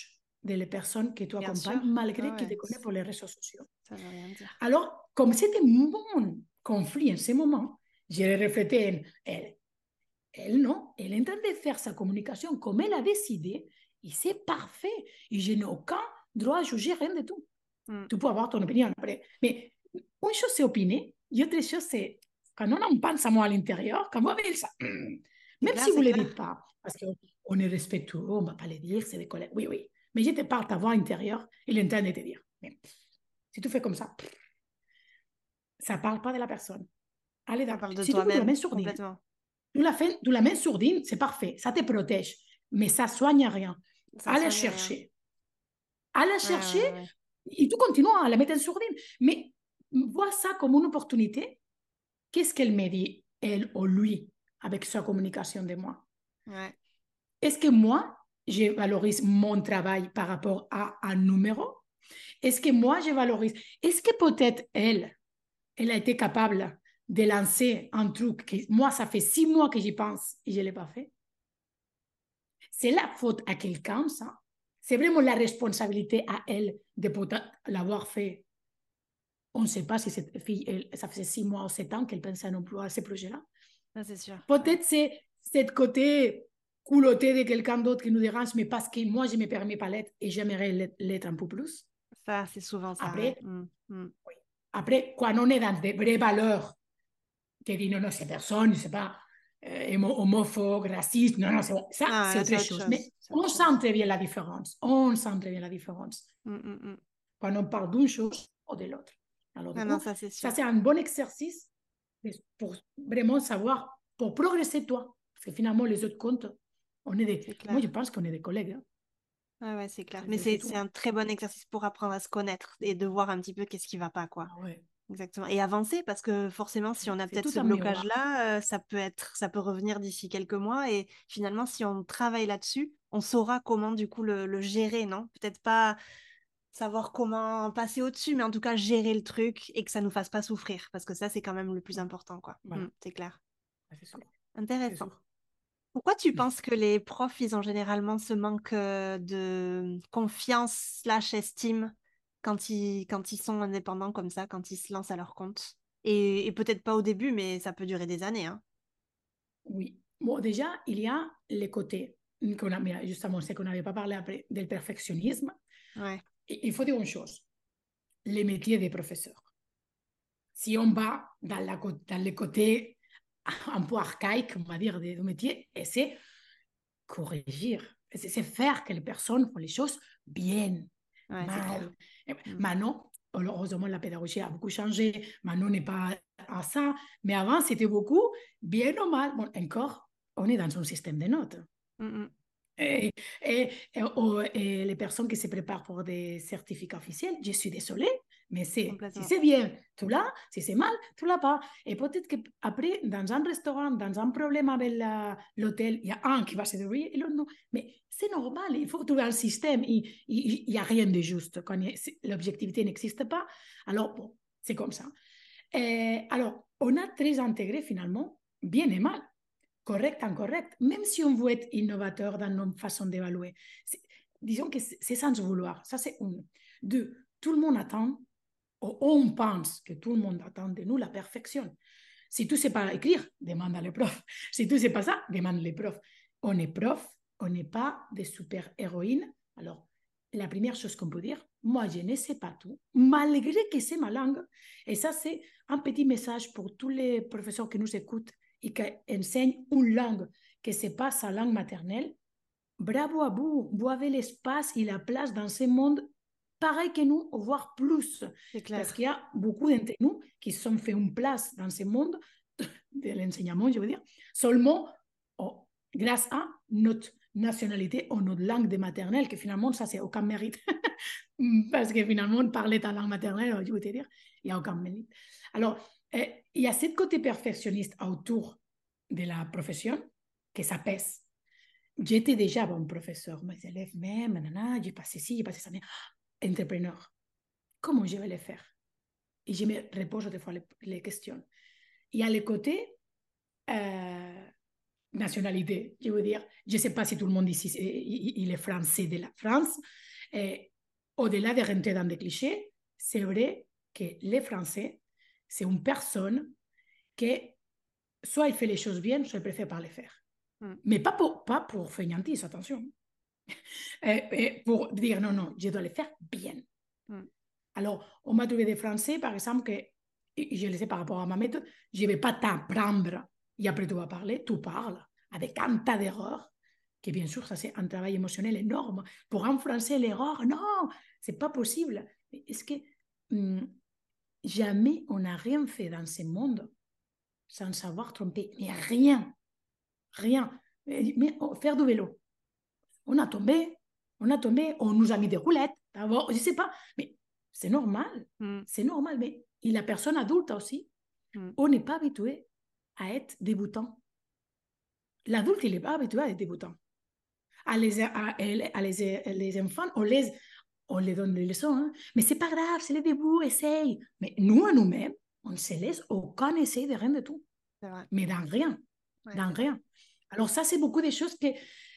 de les personnes que tu Bien accompagnes, sûr. malgré Ah qu'ils te ouais, connaissent pour les réseaux sociaux. ça veut rien dire. Alors, comme c'était mon conflit en ce moment, j'ai reflété en elle. Elle, non, elle est en train de faire sa communication comme elle a décidé, et c'est parfait. Et je n'ai aucun droit à juger, rien de tout. Mm. Tu peux avoir ton opinion après. Mais une chose, c'est opiner, et autre chose, c'est quand on en pense à moi à l'intérieur, quand on va ça. Même clair, si vous ne le clair. dites pas, parce qu'on est respectueux, on ne va pas le dire, c'est des collègues. Oui, oui. Mais je te parle ta voix intérieure, il est en train de te dire. Mais si tu fais comme ça, ça ne parle pas de la personne. Allez, Ça parle de si tu veux de la toi-même, main sourdine, complètement. tu la, fais, tu la main sourdine, c'est parfait, ça te protège, mais ça ne soigne rien. Ça à la soigne chercher. À la rien. chercher, ouais, ouais, ouais. et tu continues à la mettre en sourdine. Mais vois ça comme une opportunité. Qu'est-ce qu'elle me dit, elle ou lui, avec sa communication de moi? Ouais. Est-ce que moi, je valorise mon travail par rapport à un numéro? Est-ce que moi, je valorise? Est-ce que peut-être elle, elle a été capable de lancer un truc que moi, ça fait six mois que j'y pense et je ne l'ai pas fait? C'est la faute à quelqu'un, ça? C'est vraiment la responsabilité à elle de peut-être l'avoir fait. On ne sait pas si cette fille, elle, ça faisait six mois ou sept ans qu'elle pensait à un emploi à ces projets-là. Ça, c'est sûr. Peut-être ouais. C'est ce côté culotté de quelqu'un d'autre qui nous dérange, mais parce que moi, je ne me permets pas l'être et j'aimerais l'être un peu plus. Ça, c'est souvent ça. Après, ouais. mm, mm. Oui. Après, quand on est dans des vraies valeurs, qui dit non, non, cette personne, c'est pas euh, homophobe, raciste, non, non, c'est bon. Ça, Ah, c'est là, autre, c'est autre chose. chose. Mais autre on chose. sent très bien la différence. On sent très bien la différence. Mm, mm, mm. Quand on parle d'une chose ou de l'autre. Alors, du Ah, coup, non, ça, c'est sûr. ça, c'est un bon exercice pour vraiment savoir, pour progresser toi. Parce que finalement, les autres comptes, on est des... Moi, je pense qu'on est des collègues. Hein. Ah ouais, c'est clair. C'est, Mais c'est c'est tout. c'est un très bon exercice pour apprendre à se connaître et de voir un petit peu qu'est-ce qui va pas, quoi. Ah ouais. Exactement. Et avancer, parce que forcément, si on a C'est peut-être tout ce un miroir. blocage-là, euh, ça peut être, ça peut revenir d'ici quelques mois. Et finalement, si on travaille là-dessus, on saura comment, du coup, le, le gérer, non? Peut-être pas savoir comment passer au-dessus, mais en tout cas, gérer le truc et que ça nous fasse pas souffrir. Parce que ça, c'est quand même le plus important, quoi. Voilà. Mm, c'est clair. C'est sûr. C'est Intéressant. sûr. Pourquoi tu penses que les profs, ils ont généralement ce manque euh, de confiance slash estime quand ils, quand ils sont indépendants comme ça, quand ils se lancent à leur compte? Et, et peut-être pas au début, mais ça peut durer des années, hein. Oui. Bon, déjà, il y a les côtés, qu'on a, mira, justement, c'est qu'on n'avait pas parlé après, del perfectionnisme. Ouais. Et il faut dire une chose, les métiers des professeurs. Si on va dans, la, dans le côté un peu archaïque, on va dire, des métiers, c'est corrigir, c'est faire que les personnes font les choses bien, Ouais, c'est clair. mal. Mm. Maintenant, heureusement, la pédagogie a beaucoup changé. Maintenant, on n'est pas à ça. Mais avant, c'était beaucoup bien ou mal. Bon, encore, on est dans un système de notes. Mm, mm. Et, et, et, oh, et les personnes qui se préparent pour des certificats officiels, je suis désolée, mais c'est si Complètement. c'est bien, tu l'as, si c'est mal, tu l'as pas. Et peut-être qu'après, dans un restaurant, dans un problème avec l'hôtel, il y a un qui va se débrouiller et l'autre non. Mais c'est normal, il faut trouver un système. Il n'y a rien de juste. Quand l'objectivité n'existe pas, alors bon, c'est comme ça. Et alors, on a très intégré finalement, bien et mal. Correct, incorrect, même si on veut être innovateur dans nos façons d'évaluer. Disons que c'est sans vouloir. Ça, c'est une. Deux, tout le monde attend, ou on pense que tout le monde attend de nous la perfection. Si tu ne sais pas écrire, demande à les profs. Si tu ne sais pas ça, demande les profs. On est prof, on n'est pas des super-héroïnes. Alors, la première chose qu'on peut dire, moi, je ne sais pas tout, malgré que c'est ma langue. Et ça, c'est un petit message pour tous les professeurs qui nous écoutent et qui enseignent une langue que ce n'est pas sa langue maternelle. Bravo à vous, vous avez l'espace et la place dans ce monde pareil que nous, voire plus. Parce qu'il y a beaucoup d'entre nous qui se sont fait une place dans ce monde de l'enseignement, je veux dire, seulement oh, grâce à notre nationalité ou notre langue de maternelle, que finalement, ça, c'est aucun mérite. Parce que finalement, parler ta langue maternelle, je veux te dire, il n'y a aucun mérite. Alors, eh, il y a ce côté perfectionniste autour de la profession que ça pèse. J'étais déjà bon professeur, mes élèves même, nanana, j'ai passé ci, j'ai passé ça, mais entrepreneur, comment je vais le faire? Et je me repose des fois les, les questions. Il y a le côté euh, nationalité, je veux dire, je ne sais pas si tout le monde ici il est français de la France, Et au-delà de rentrer dans des clichés, c'est vrai que les Français, c'est une personne qui, soit il fait les choses bien, soit il préfère pas les faire. Mm. Mais pas pour, pas pour feignantise, attention. Et, et pour dire non, non, je dois les faire bien. Mm. Alors, on m'a trouvé des Français, par exemple, que, je le sais par rapport à ma méthode, je ne vais pas t'apprendre et après tu vas parler, tu parles avec un tas d'erreurs, que bien sûr, ça c'est un travail émotionnel énorme. Pour un Français, l'erreur, non, c'est pas possible. Est-ce que hum, jamais on n'a rien fait dans ce monde sans savoir tromper? Mais rien, rien. Mais, mais faire du vélo, on a tombé, on a tombé, on nous a mis des roulettes, je ne sais pas, mais c'est normal, mm. c'est normal. Mais et la personne adulte aussi, mm. on n'est pas habitué à être débutant. L'adulte, il n'est pas habitué à être débutant. À les, à, à les, à les enfants, on les, on les donne des leçons, hein? Mais c'est pas grave, c'est le début, essaye. Mais nous, à nous-mêmes, on ne se laisse aucun essai de rien de tout. Mais dans rien, ouais, dans rien. Vrai. Alors ça, c'est beaucoup de choses que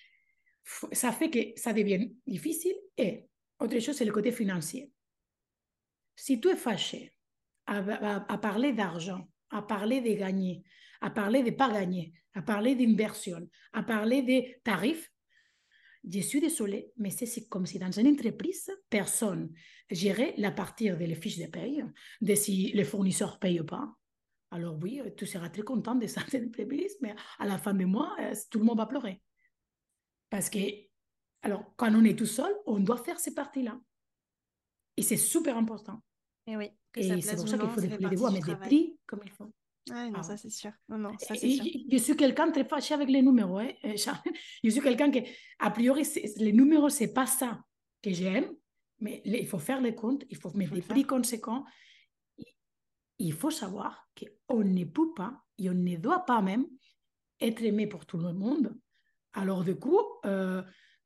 ça fait que ça devient difficile. Et autre chose, c'est le côté financier. Si tu es fâché à, à, à parler d'argent, à parler de gagner, à parler de ne pas gagner, à parler d'inversion, à parler de tarifs, je suis désolée, mais c'est comme si dans une entreprise, personne gérait la partie des fiches de paye, de si les fournisseurs ne payent pas. Alors oui, tu seras très content de cette entreprise, mais à la fin du mois, tout le monde va pleurer. Parce que, alors, quand on est tout seul, on doit faire ces parties-là. Et c'est super important. Et oui, que et c'est pour ça qu'il faut des voix, mais des prix comme il faut. Ouais, non, ah, ça c'est sûr. Non, non, ça c'est sûr. Je, je suis quelqu'un très fâché avec les numéros. Hein. Je suis quelqu'un qui, a priori, les numéros, c'est pas ça que j'aime, mais il faut faire les comptes, il faut mettre des prix conséquents. Il faut savoir qu'on ne peut pas, et on ne doit pas même être aimé pour tout le monde. Alors, du coup, euh,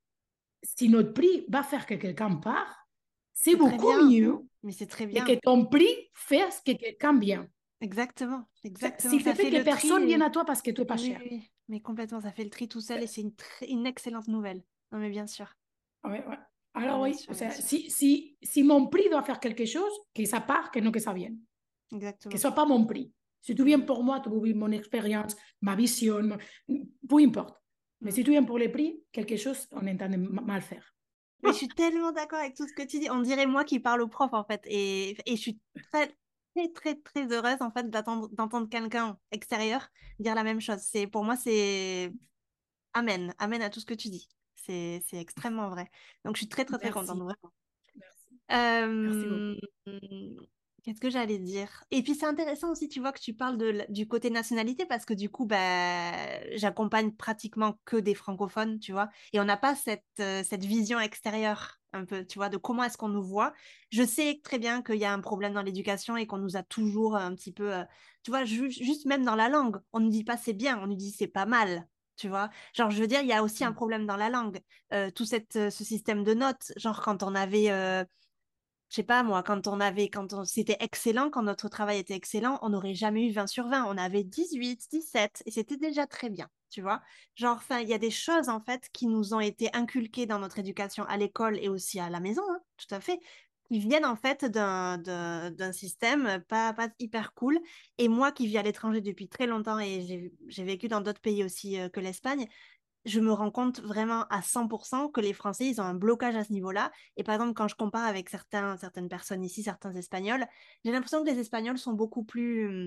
si notre prix va faire que quelqu'un part, c'est beaucoup mieux. Mais c'est très bien. Et que ton prix fasse que quelqu'un vienne. Exactement, exactement. Si ça fait que personne vienne à toi parce que tu n'es pas oui, cher. Oui, mais complètement, ça fait le tri tout seul et c'est une, une excellente nouvelle. Non, mais bien sûr. Oui, oui. Alors oui, sûr, o sea, si, si, si mon prix doit faire quelque chose, que ça part, que non que ça vienne. Exactement. Que ce soit pas mon prix. Si tu viens pour moi, tu veux mon expérience, ma vision, peu importe. Mais mm. si tu viens pour les prix, quelque chose, on est en train de mal faire. Mais je suis tellement d'accord avec tout ce que tu dis. On dirait moi qui parle au prof, en fait. Et, et je suis très, très, très, très heureuse, en fait, d'entendre quelqu'un extérieur dire la même chose. C'est, pour moi, c'est... Amen. Amen à tout ce que tu dis. C'est, c'est extrêmement vrai. Donc, je suis très, très, très Merci. contente, vraiment. Merci. Euh... Merci beaucoup. Qu'est-ce que j'allais dire? Et puis c'est intéressant aussi, tu vois, que tu parles de, du côté nationalité parce que du coup, bah, j'accompagne pratiquement que des francophones, tu vois, et on n'a pas cette, euh, cette vision extérieure un peu, tu vois, de comment est-ce qu'on nous voit. Je sais très bien qu'il y a un problème dans l'éducation et qu'on nous a toujours un petit peu, euh, tu vois, ju juste même dans la langue, on ne nous dit pas c'est bien, on nous dit c'est pas mal. Tu vois, genre, je veux dire, il y a aussi un problème dans la langue. Euh, tout cette, ce système de notes, genre, quand on avait... Euh, je sais pas moi, quand on avait, quand on, c'était excellent, quand notre travail était excellent, on n'aurait jamais eu vingt sur vingt, on avait dix-huit, dix-sept, et c'était déjà très bien, tu vois. Genre, enfin, il y a des choses, en fait, qui nous ont été inculquées dans notre éducation à l'école et aussi à la maison, hein, tout à fait, qui viennent, en fait, d'un, d'un, d'un système pas, pas hyper cool. Et moi, qui vis à l'étranger depuis très longtemps, et j'ai, j'ai vécu dans d'autres pays aussi euh, que l'Espagne, je me rends compte vraiment à cent pour cent que les Français, ils ont un blocage à ce niveau-là. Et par exemple, quand je compare avec certains, certaines personnes ici, certains Espagnols, j'ai l'impression que les Espagnols sont beaucoup plus...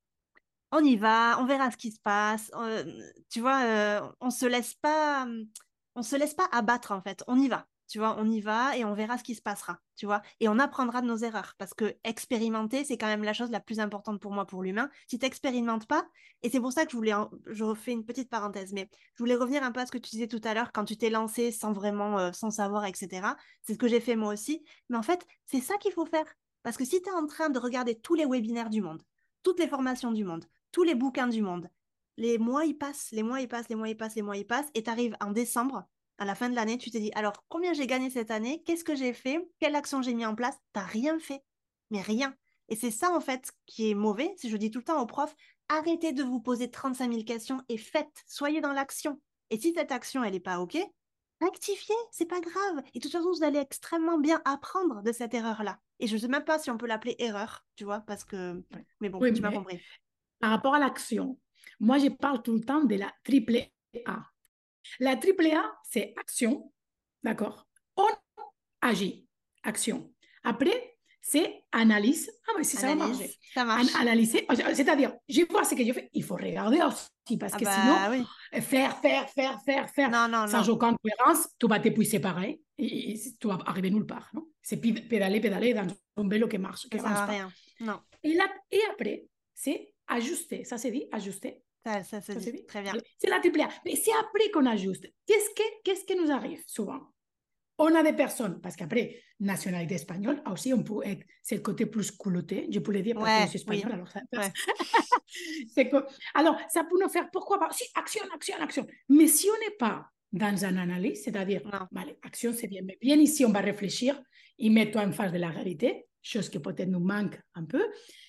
On y va, on verra ce qui se passe. Euh, tu vois, euh, on se laisse pas, on se laisse pas abattre en fait. On y va, tu vois, on y va et on verra ce qui se passera, tu vois. Et on apprendra de nos erreurs parce que expérimenter, c'est quand même la chose la plus importante pour moi, pour l'humain. Si tu n'expérimentes pas, et c'est pour ça que je voulais, en... je refais une petite parenthèse, mais je voulais revenir un peu à ce que tu disais tout à l'heure quand tu t'es lancé sans vraiment, euh, sans savoir, et cetera. C'est ce que j'ai fait moi aussi. Mais en fait, c'est ça qu'il faut faire. Parce que si tu es en train de regarder tous les webinaires du monde, toutes les formations du monde, tous les bouquins du monde. Les mois, ils passent, les mois, ils passent, les mois, ils passent, les mois, ils passent. Et tu arrives en décembre, à la fin de l'année, tu te dis, alors, combien j'ai gagné cette année? Qu'est-ce que j'ai fait? Quelle action j'ai mis en place? Tu n'as rien fait. Mais rien. Et c'est ça, en fait, qui est mauvais. Si je dis tout le temps aux profs, arrêtez de vous poser trente-cinq mille questions et faites. Soyez dans l'action. Et si cette action, elle n'est pas OK, rectifiez, c'est pas grave. Et de toute façon, vous allez extrêmement bien apprendre de cette erreur-là. Et je sais même pas si on peut l'appeler erreur, tu vois, parce que... Mais bon, Oui, tu m'as mais compris. par rapport à l'action, moi, je parle tout le temps de la triple A. La triple A, c'est action, d'accord? On agit, action. Après, c'est analyse. Ah, mais si ça va marcher. Analyse, ça An marche. analyser, c'est-à-dire, je vois ce que je fais, il faut regarder aussi, parce Ah que sinon, bah oui. faire, faire, faire, faire, faire, Non, non, non. sans aucune cohérence, tu vas t'épuiser pareil, et, et tu vas arriver nulle part. Non? C'est pédaler, pédaler dans un vélo qui marche, qui Ça sert avance à pas. rien. Non. Et, là, et après, c'est ajuster. Ça se dit, ajuster. Ça, ça se Ça se dit. dit. Très bien. C'est la triple A. Mais c'est après qu'on ajuste. Qu'est-ce que, qu'est-ce qui nous arrive souvent? On a des personnes, parce qu'après, nationalité espagnole, aussi, on peut être, c'est le côté plus culotté, je peux le dire parce que je Ouais, suis oui. espagnole, alors ça, Ouais. c'est que, alors, ça peut nous faire, pourquoi pas, si, action, action, action. Mais si on n'est pas dans une analyse, c'est-à-dire, Non. vale, action, c'est bien, mais bien ici, on va réfléchir et mettre en face de la réalité, chose qui peut-être nous manque un peu.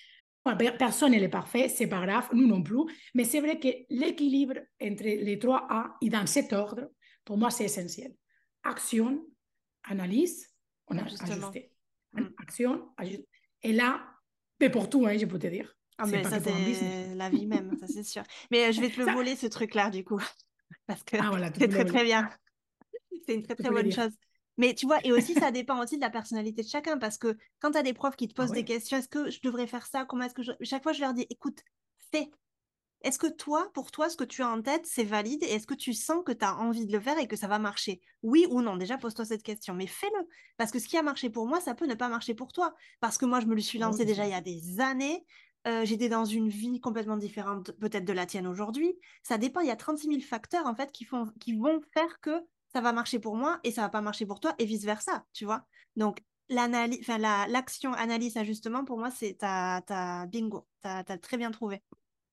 Personne n'est parfait, c'est pas grave, nous non plus, mais c'est vrai que l'équilibre entre les trois A et dans cet ordre, pour moi, c'est essentiel. Action, analyse, on a Justement. ajusté. Mm. Action, ajuste. Et là, mais pour tout, hein, je peux te dire. Ah, C'est mais pas ça, que pour un business. c'est la vie même, ça, c'est sûr. Mais euh, je vais te le Ça... voler, ce truc-là, du coup, parce que Ah voilà, tu c'est peux le très, très voler. bien. C'est une très, Tu très peux le bonne dire. chose. Mais tu vois, et aussi, ça dépend aussi de la personnalité de chacun, parce que quand tu as des profs qui te Ah posent des ouais. questions, est-ce que je devrais faire ça? Comment est-ce que je... Chaque fois, je leur dis, écoute, fais. Est-ce que toi, pour toi, ce que tu as en tête, c'est valide? Et est-ce que tu sens que tu as envie de le faire et que ça va marcher? Oui ou non? Déjà, pose-toi cette question, mais fais-le. Parce que ce qui a marché pour moi, ça peut ne pas marcher pour toi. Parce que moi, je me le suis Ah lancé ouais, déjà c'est il y a des années. Euh, j'étais dans une vie complètement différente, peut-être de la tienne aujourd'hui. Ça dépend, il y a trente-six mille facteurs, en fait, qui font, qui vont faire que ça va marcher pour moi et ça va pas marcher pour toi et vice-versa, tu vois? Donc, l'analyse, enfin, la, l'action, analyse, ajustement, pour moi, c'est ta, ta bingo. T'as, t'as très bien trouvé.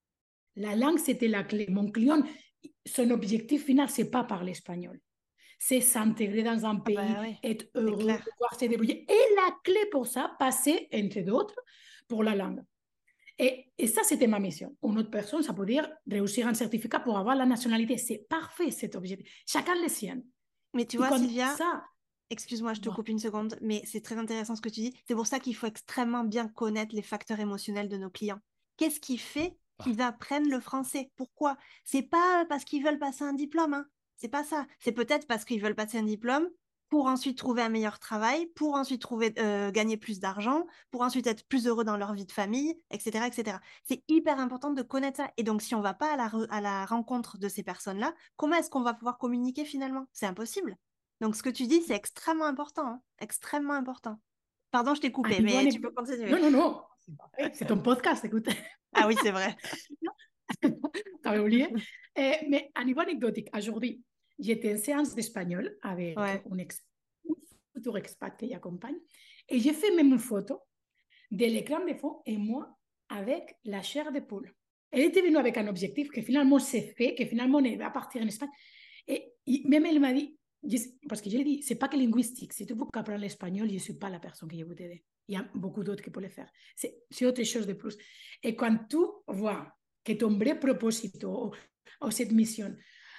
La langue, c'était la clé. Mon client, son objectif final, c'est pas parler espagnol. C'est s'intégrer dans un Ah pays, bah oui, être c'est heureux, clair. pouvoir se débrouiller. Et la clé pour ça, passer, entre d'autres, pour la langue. Et, et ça, c'était ma mission. Une autre personne, ça peut dire réussir un certificat pour avoir la nationalité. C'est parfait, cet objectif. Chacun le sien. Mais tu Et vois, quand Sylvia, ça, excuse-moi, je te voilà. coupe une seconde, mais c'est très intéressant ce que tu dis. C'est pour ça qu'il faut extrêmement bien connaître les facteurs émotionnels de nos clients. Qu'est-ce qui fait qu'ils apprennent le français? Pourquoi? C'est pas parce qu'ils veulent passer un diplôme, hein. C'est pas ça. C'est peut-être parce qu'ils veulent passer un diplôme pour ensuite trouver un meilleur travail, pour ensuite trouver, euh, gagner plus d'argent, pour ensuite être plus heureux dans leur vie de famille, et cetera, et cetera. C'est hyper important de connaître ça. Et donc, si on va pas à la, re- à la rencontre de ces personnes-là, comment est-ce qu'on va pouvoir communiquer finalement? C'est impossible. Donc, ce que tu dis, c'est extrêmement important, hein. Extrêmement important. Pardon, je t'ai À coupé, niveau mais tu peux anecdote. continuer. Non, non, non. C'est ton podcast, écoute. Ah oui, c'est vrai. T'avais oublié. Eh, mais à niveau anecdotique, aujourd'hui, j'étais en séance d'espagnol avec Ouais. un, ex, un futur expat qui accompagne et j'ai fait même une photo de l'écran de fond et moi avec la chair de poule. Elle était venue avec un objectif que finalement s'est fait, que finalement on va partir en Espagne. Et, et même elle m'a dit, parce que je lui ai dit, c'est pas que linguistique, si tu veux apprendre l'espagnol, je ne suis pas la personne qui je peux t'aider. Il y a beaucoup d'autres qui peuvent le faire. C'est, c'est autre chose de plus. Et quand tu vois que ton vrai propósito ou, ou cette mission,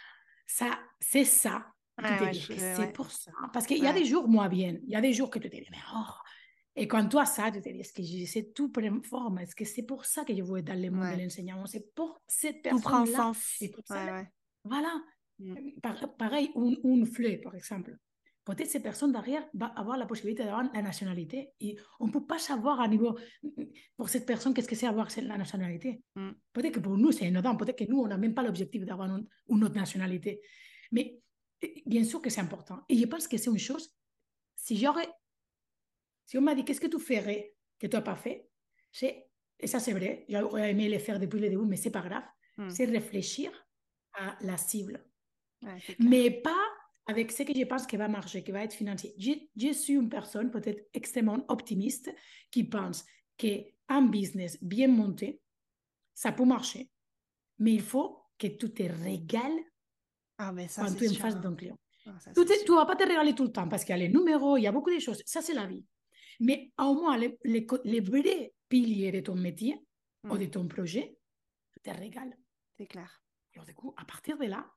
ça, c'est ça, tu Ouais, te ouais, dis je, que euh, c'est ouais, pour ça. Parce qu'il y a ouais. des jours moins bien, il y a des jours que tu te dis, mais oh. Et quand tu as ça, tu te dis, est-ce que c'est tout prendre forme? Est-ce que c'est pour ça que je veux être dans le monde de Ouais. l'enseignement? C'est pour cette Tout prend personne-là. sens. Et pour ça, Ouais, ouais. voilà. Mm. Pareil, un, un fleuve, par exemple. Peut-être cette personne derrière va avoir la possibilité d'avoir la nationalité. Et on ne peut pas savoir à niveau, pour cette personne, qu'est-ce que c'est avoir la nationalité. Mm. Peut-être que pour nous, c'est énorme. Peut-être que nous, on n'a même pas l'objectif d'avoir une, une autre nationalité. Mais bien sûr que c'est important. Et je pense que c'est une chose, si j'aurais, si on m'a dit, qu'est-ce que tu ferais que tu n'as pas fait, c'est, et ça c'est vrai, j'aurais aimé le faire depuis le début, mais c'est pas grave, Mm. c'est réfléchir à la cible. Ouais, c'est Mais clair. pas avec ce que je pense qui va marcher, qui va être financier. Je, je suis une personne peut-être extrêmement optimiste qui pense qu'un business bien monté, ça peut marcher, mais il faut que tu te régales Ah, mais ça, quand c'est tu es en sûr, face de hein. ton client. Ah, ça, Tu c'est ne sûr. vas pas te régaler tout le temps parce qu'il y a les numéros, il y a beaucoup de choses. Ça, c'est la vie. Mais au moins, les, les, les vrais piliers de ton métier ou Mm. de ton projet, tu te régales. C'est clair. Alors, du coup, à partir de là,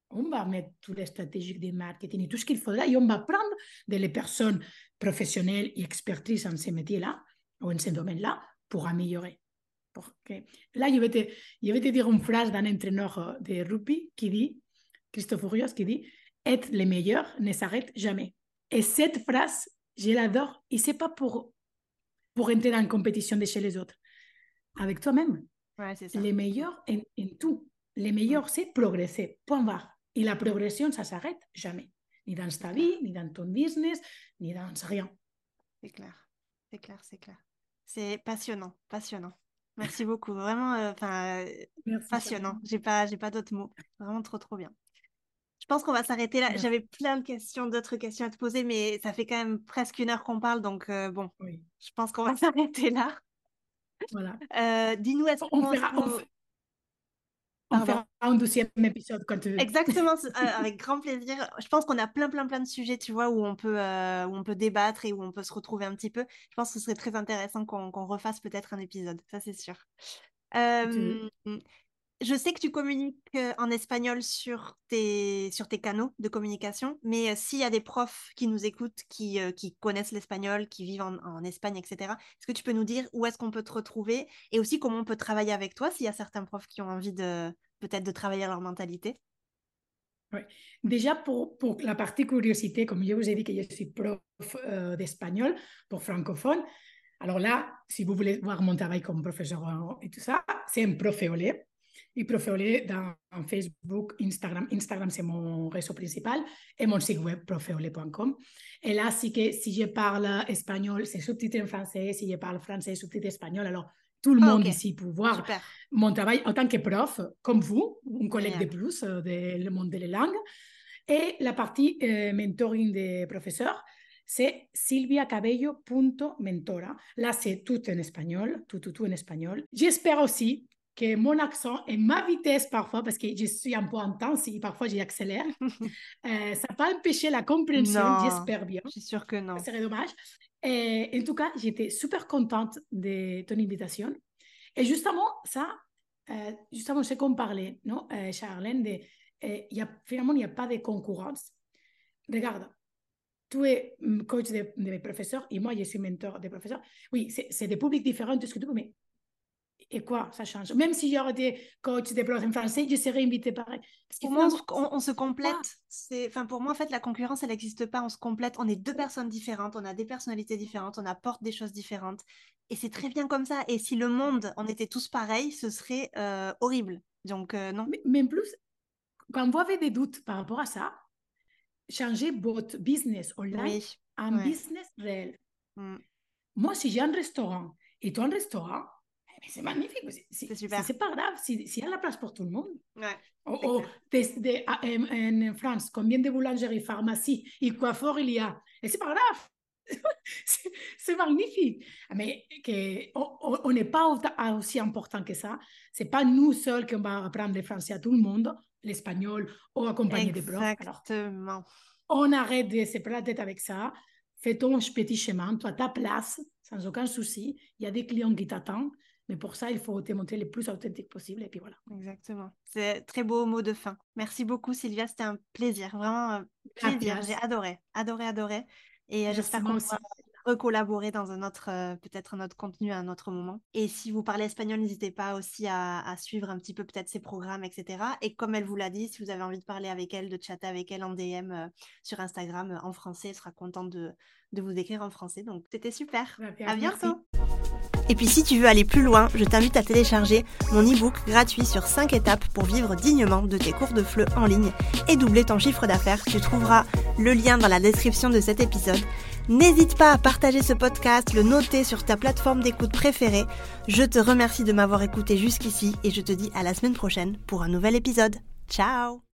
on va mettre toutes les stratégies de marketing et tout ce qu'il faudra et on va prendre des personnes professionnelles et expertises en ces métiers-là ou en ce domaine-là pour améliorer. Pour que... Là, je vais, te, je vais te dire une phrase d'un entraîneur de rugby qui dit, Christophe Urios, qui dit « Être le meilleur ne s'arrête jamais ». Et cette phrase, je l'adore et ce n'est pas pour, pour entrer en compétition de chez les autres. Avec toi-même. Ouais, c'est ça. Les meilleurs en, en tout. Les meilleurs, c'est progresser. Point barre. Et la progression, ça ne s'arrête jamais. Ni dans ta vie, ni dans ton business, ni dans rien. C'est clair. C'est clair, c'est clair. C'est passionnant, passionnant. Merci beaucoup. Vraiment, enfin, euh, passionnant. J'ai pas, j'ai pas d'autres mots. Vraiment trop, trop bien. Je pense qu'on va s'arrêter là. Merci. J'avais plein de questions, d'autres questions à te poser, mais ça fait quand même presque une heure qu'on parle, donc euh, bon, oui. Je pense qu'on va s'arrêter là. Voilà. Euh, dis-nous, est-ce on qu'on fera, on, on fera un deuxième épisode quand tu veux. Exactement, euh, avec grand plaisir. Je pense qu'on a plein, plein, plein de sujets, tu vois, où on peut, euh, où on peut débattre et où on peut se retrouver un petit peu. Je pense que ce serait très intéressant qu'on, qu'on refasse peut-être un épisode, ça c'est sûr. Euh, je sais que tu communiques en espagnol sur tes, sur tes canaux de communication, mais euh, s'il y a des profs qui nous écoutent, qui, euh, qui connaissent l'espagnol, qui vivent en, en Espagne, et cetera, est-ce que tu peux nous dire où est-ce qu'on peut te retrouver et aussi comment on peut travailler avec toi s'il y a certains profs qui ont envie de peut-être de travailler leur mentalité? Oui. Déjà, pour, pour la partie curiosité, comme je vous ai dit que je suis prof euh, d'espagnol pour francophone, alors là, si vous voulez voir mon travail comme professeur et tout ça, c'est un Profeolé. Et Profeolé dans Facebook, Instagram. Instagram, c'est mon réseau principal et mon site web, profeolé point com. Et là, si, que, si je parle espagnol, c'est sous-titré en français. Si je parle français, sous-titré espagnol. Alors, tout le ah, monde okay. ici peut voir Super. Mon travail en tant que prof, comme vous, un collègue Génial. De plus euh, du monde des langues. Et la partie euh, mentoring des professeurs, c'est silvia cabello punto mentora. Là, c'est tout en espagnol, tout, tout, tout en espagnol. J'espère aussi que mon accent et ma vitesse parfois, parce que je suis un peu intense et parfois j'accélère, euh, ça n'a pas empêché la compréhension, non, j'espère bien. Je suis sûre que non. Ce serait dommage. Et, en tout cas, j'étais super contente de ton invitation. Et justement, ça, euh, justement, c'est qu'on parlait, non, euh, Charlène, de, euh, y a, finalement, il n'y a pas de concurrence. Regarde, tu es coach de, de mes professeurs et moi, je suis mentor des professeurs. Oui, c'est, c'est des publics différents, tout ce que tu veux, mais et quoi, ça change. Même si j'aurais été coach de profs en français, je serais invitée pareil. Parce pour moi, on, on, on se complète. C'est, enfin, pour moi, en fait, la concurrence, elle n'existe pas. On se complète. On est deux personnes différentes. On a des personnalités différentes. On apporte des choses différentes. Et c'est très bien comme ça. Et si le monde, on était tous pareils, ce serait euh, horrible. Donc, euh, non. Mais, mais en plus, quand vous avez des doutes par rapport à ça, changez votre business online oui. en ouais. business réel. Mm. Moi, si j'ai un restaurant et toi un restaurant, mais c'est magnifique. C'est, c'est, c'est super. C'est, c'est pas grave s'il si y a la place pour tout le monde. Ouais, oh, oh, des, des, en, en France, combien de boulangeries, pharmacies et coiffeurs il y a? Et c'est pas grave. c'est, c'est magnifique. Mais que, on n'est pas aussi important que ça. C'est pas nous seuls qu'on va apprendre le français à tout le monde, l'espagnol ou accompagner des profs. Exactement. On arrête de se prendre la tête avec ça. Fais ton petit chemin, toi, ta place, sans aucun souci. Il y a des clients qui t'attendent. Mais pour ça, il faut te montrer le plus authentique possible. Et puis voilà. Exactement. C'est très beau mot de fin. Merci beaucoup, Sylvia. C'était un plaisir. Vraiment un plaisir. J'ai adoré. Adoré, adoré. Et Merci j'espère qu'on va recollaborer dans un autre, euh, peut-être un autre contenu à un autre moment. Et si vous parlez espagnol, n'hésitez pas aussi à, à suivre un petit peu peut-être ses programmes, et cetera. Et comme elle vous l'a dit, si vous avez envie de parler avec elle, de chatter avec elle en D M euh, sur Instagram euh, en français, elle sera contente de, de vous écrire en français. Donc, c'était super. Merci, à bientôt. Merci. Et puis si tu veux aller plus loin, je t'invite à télécharger mon e-book gratuit sur cinq étapes pour vivre dignement de tes cours de F L E en ligne et doubler ton chiffre d'affaires. Tu trouveras le lien dans la description de cet épisode. N'hésite pas à partager ce podcast, le noter sur ta plateforme d'écoute préférée. Je te remercie de m'avoir écouté jusqu'ici et je te dis à la semaine prochaine pour un nouvel épisode. Ciao!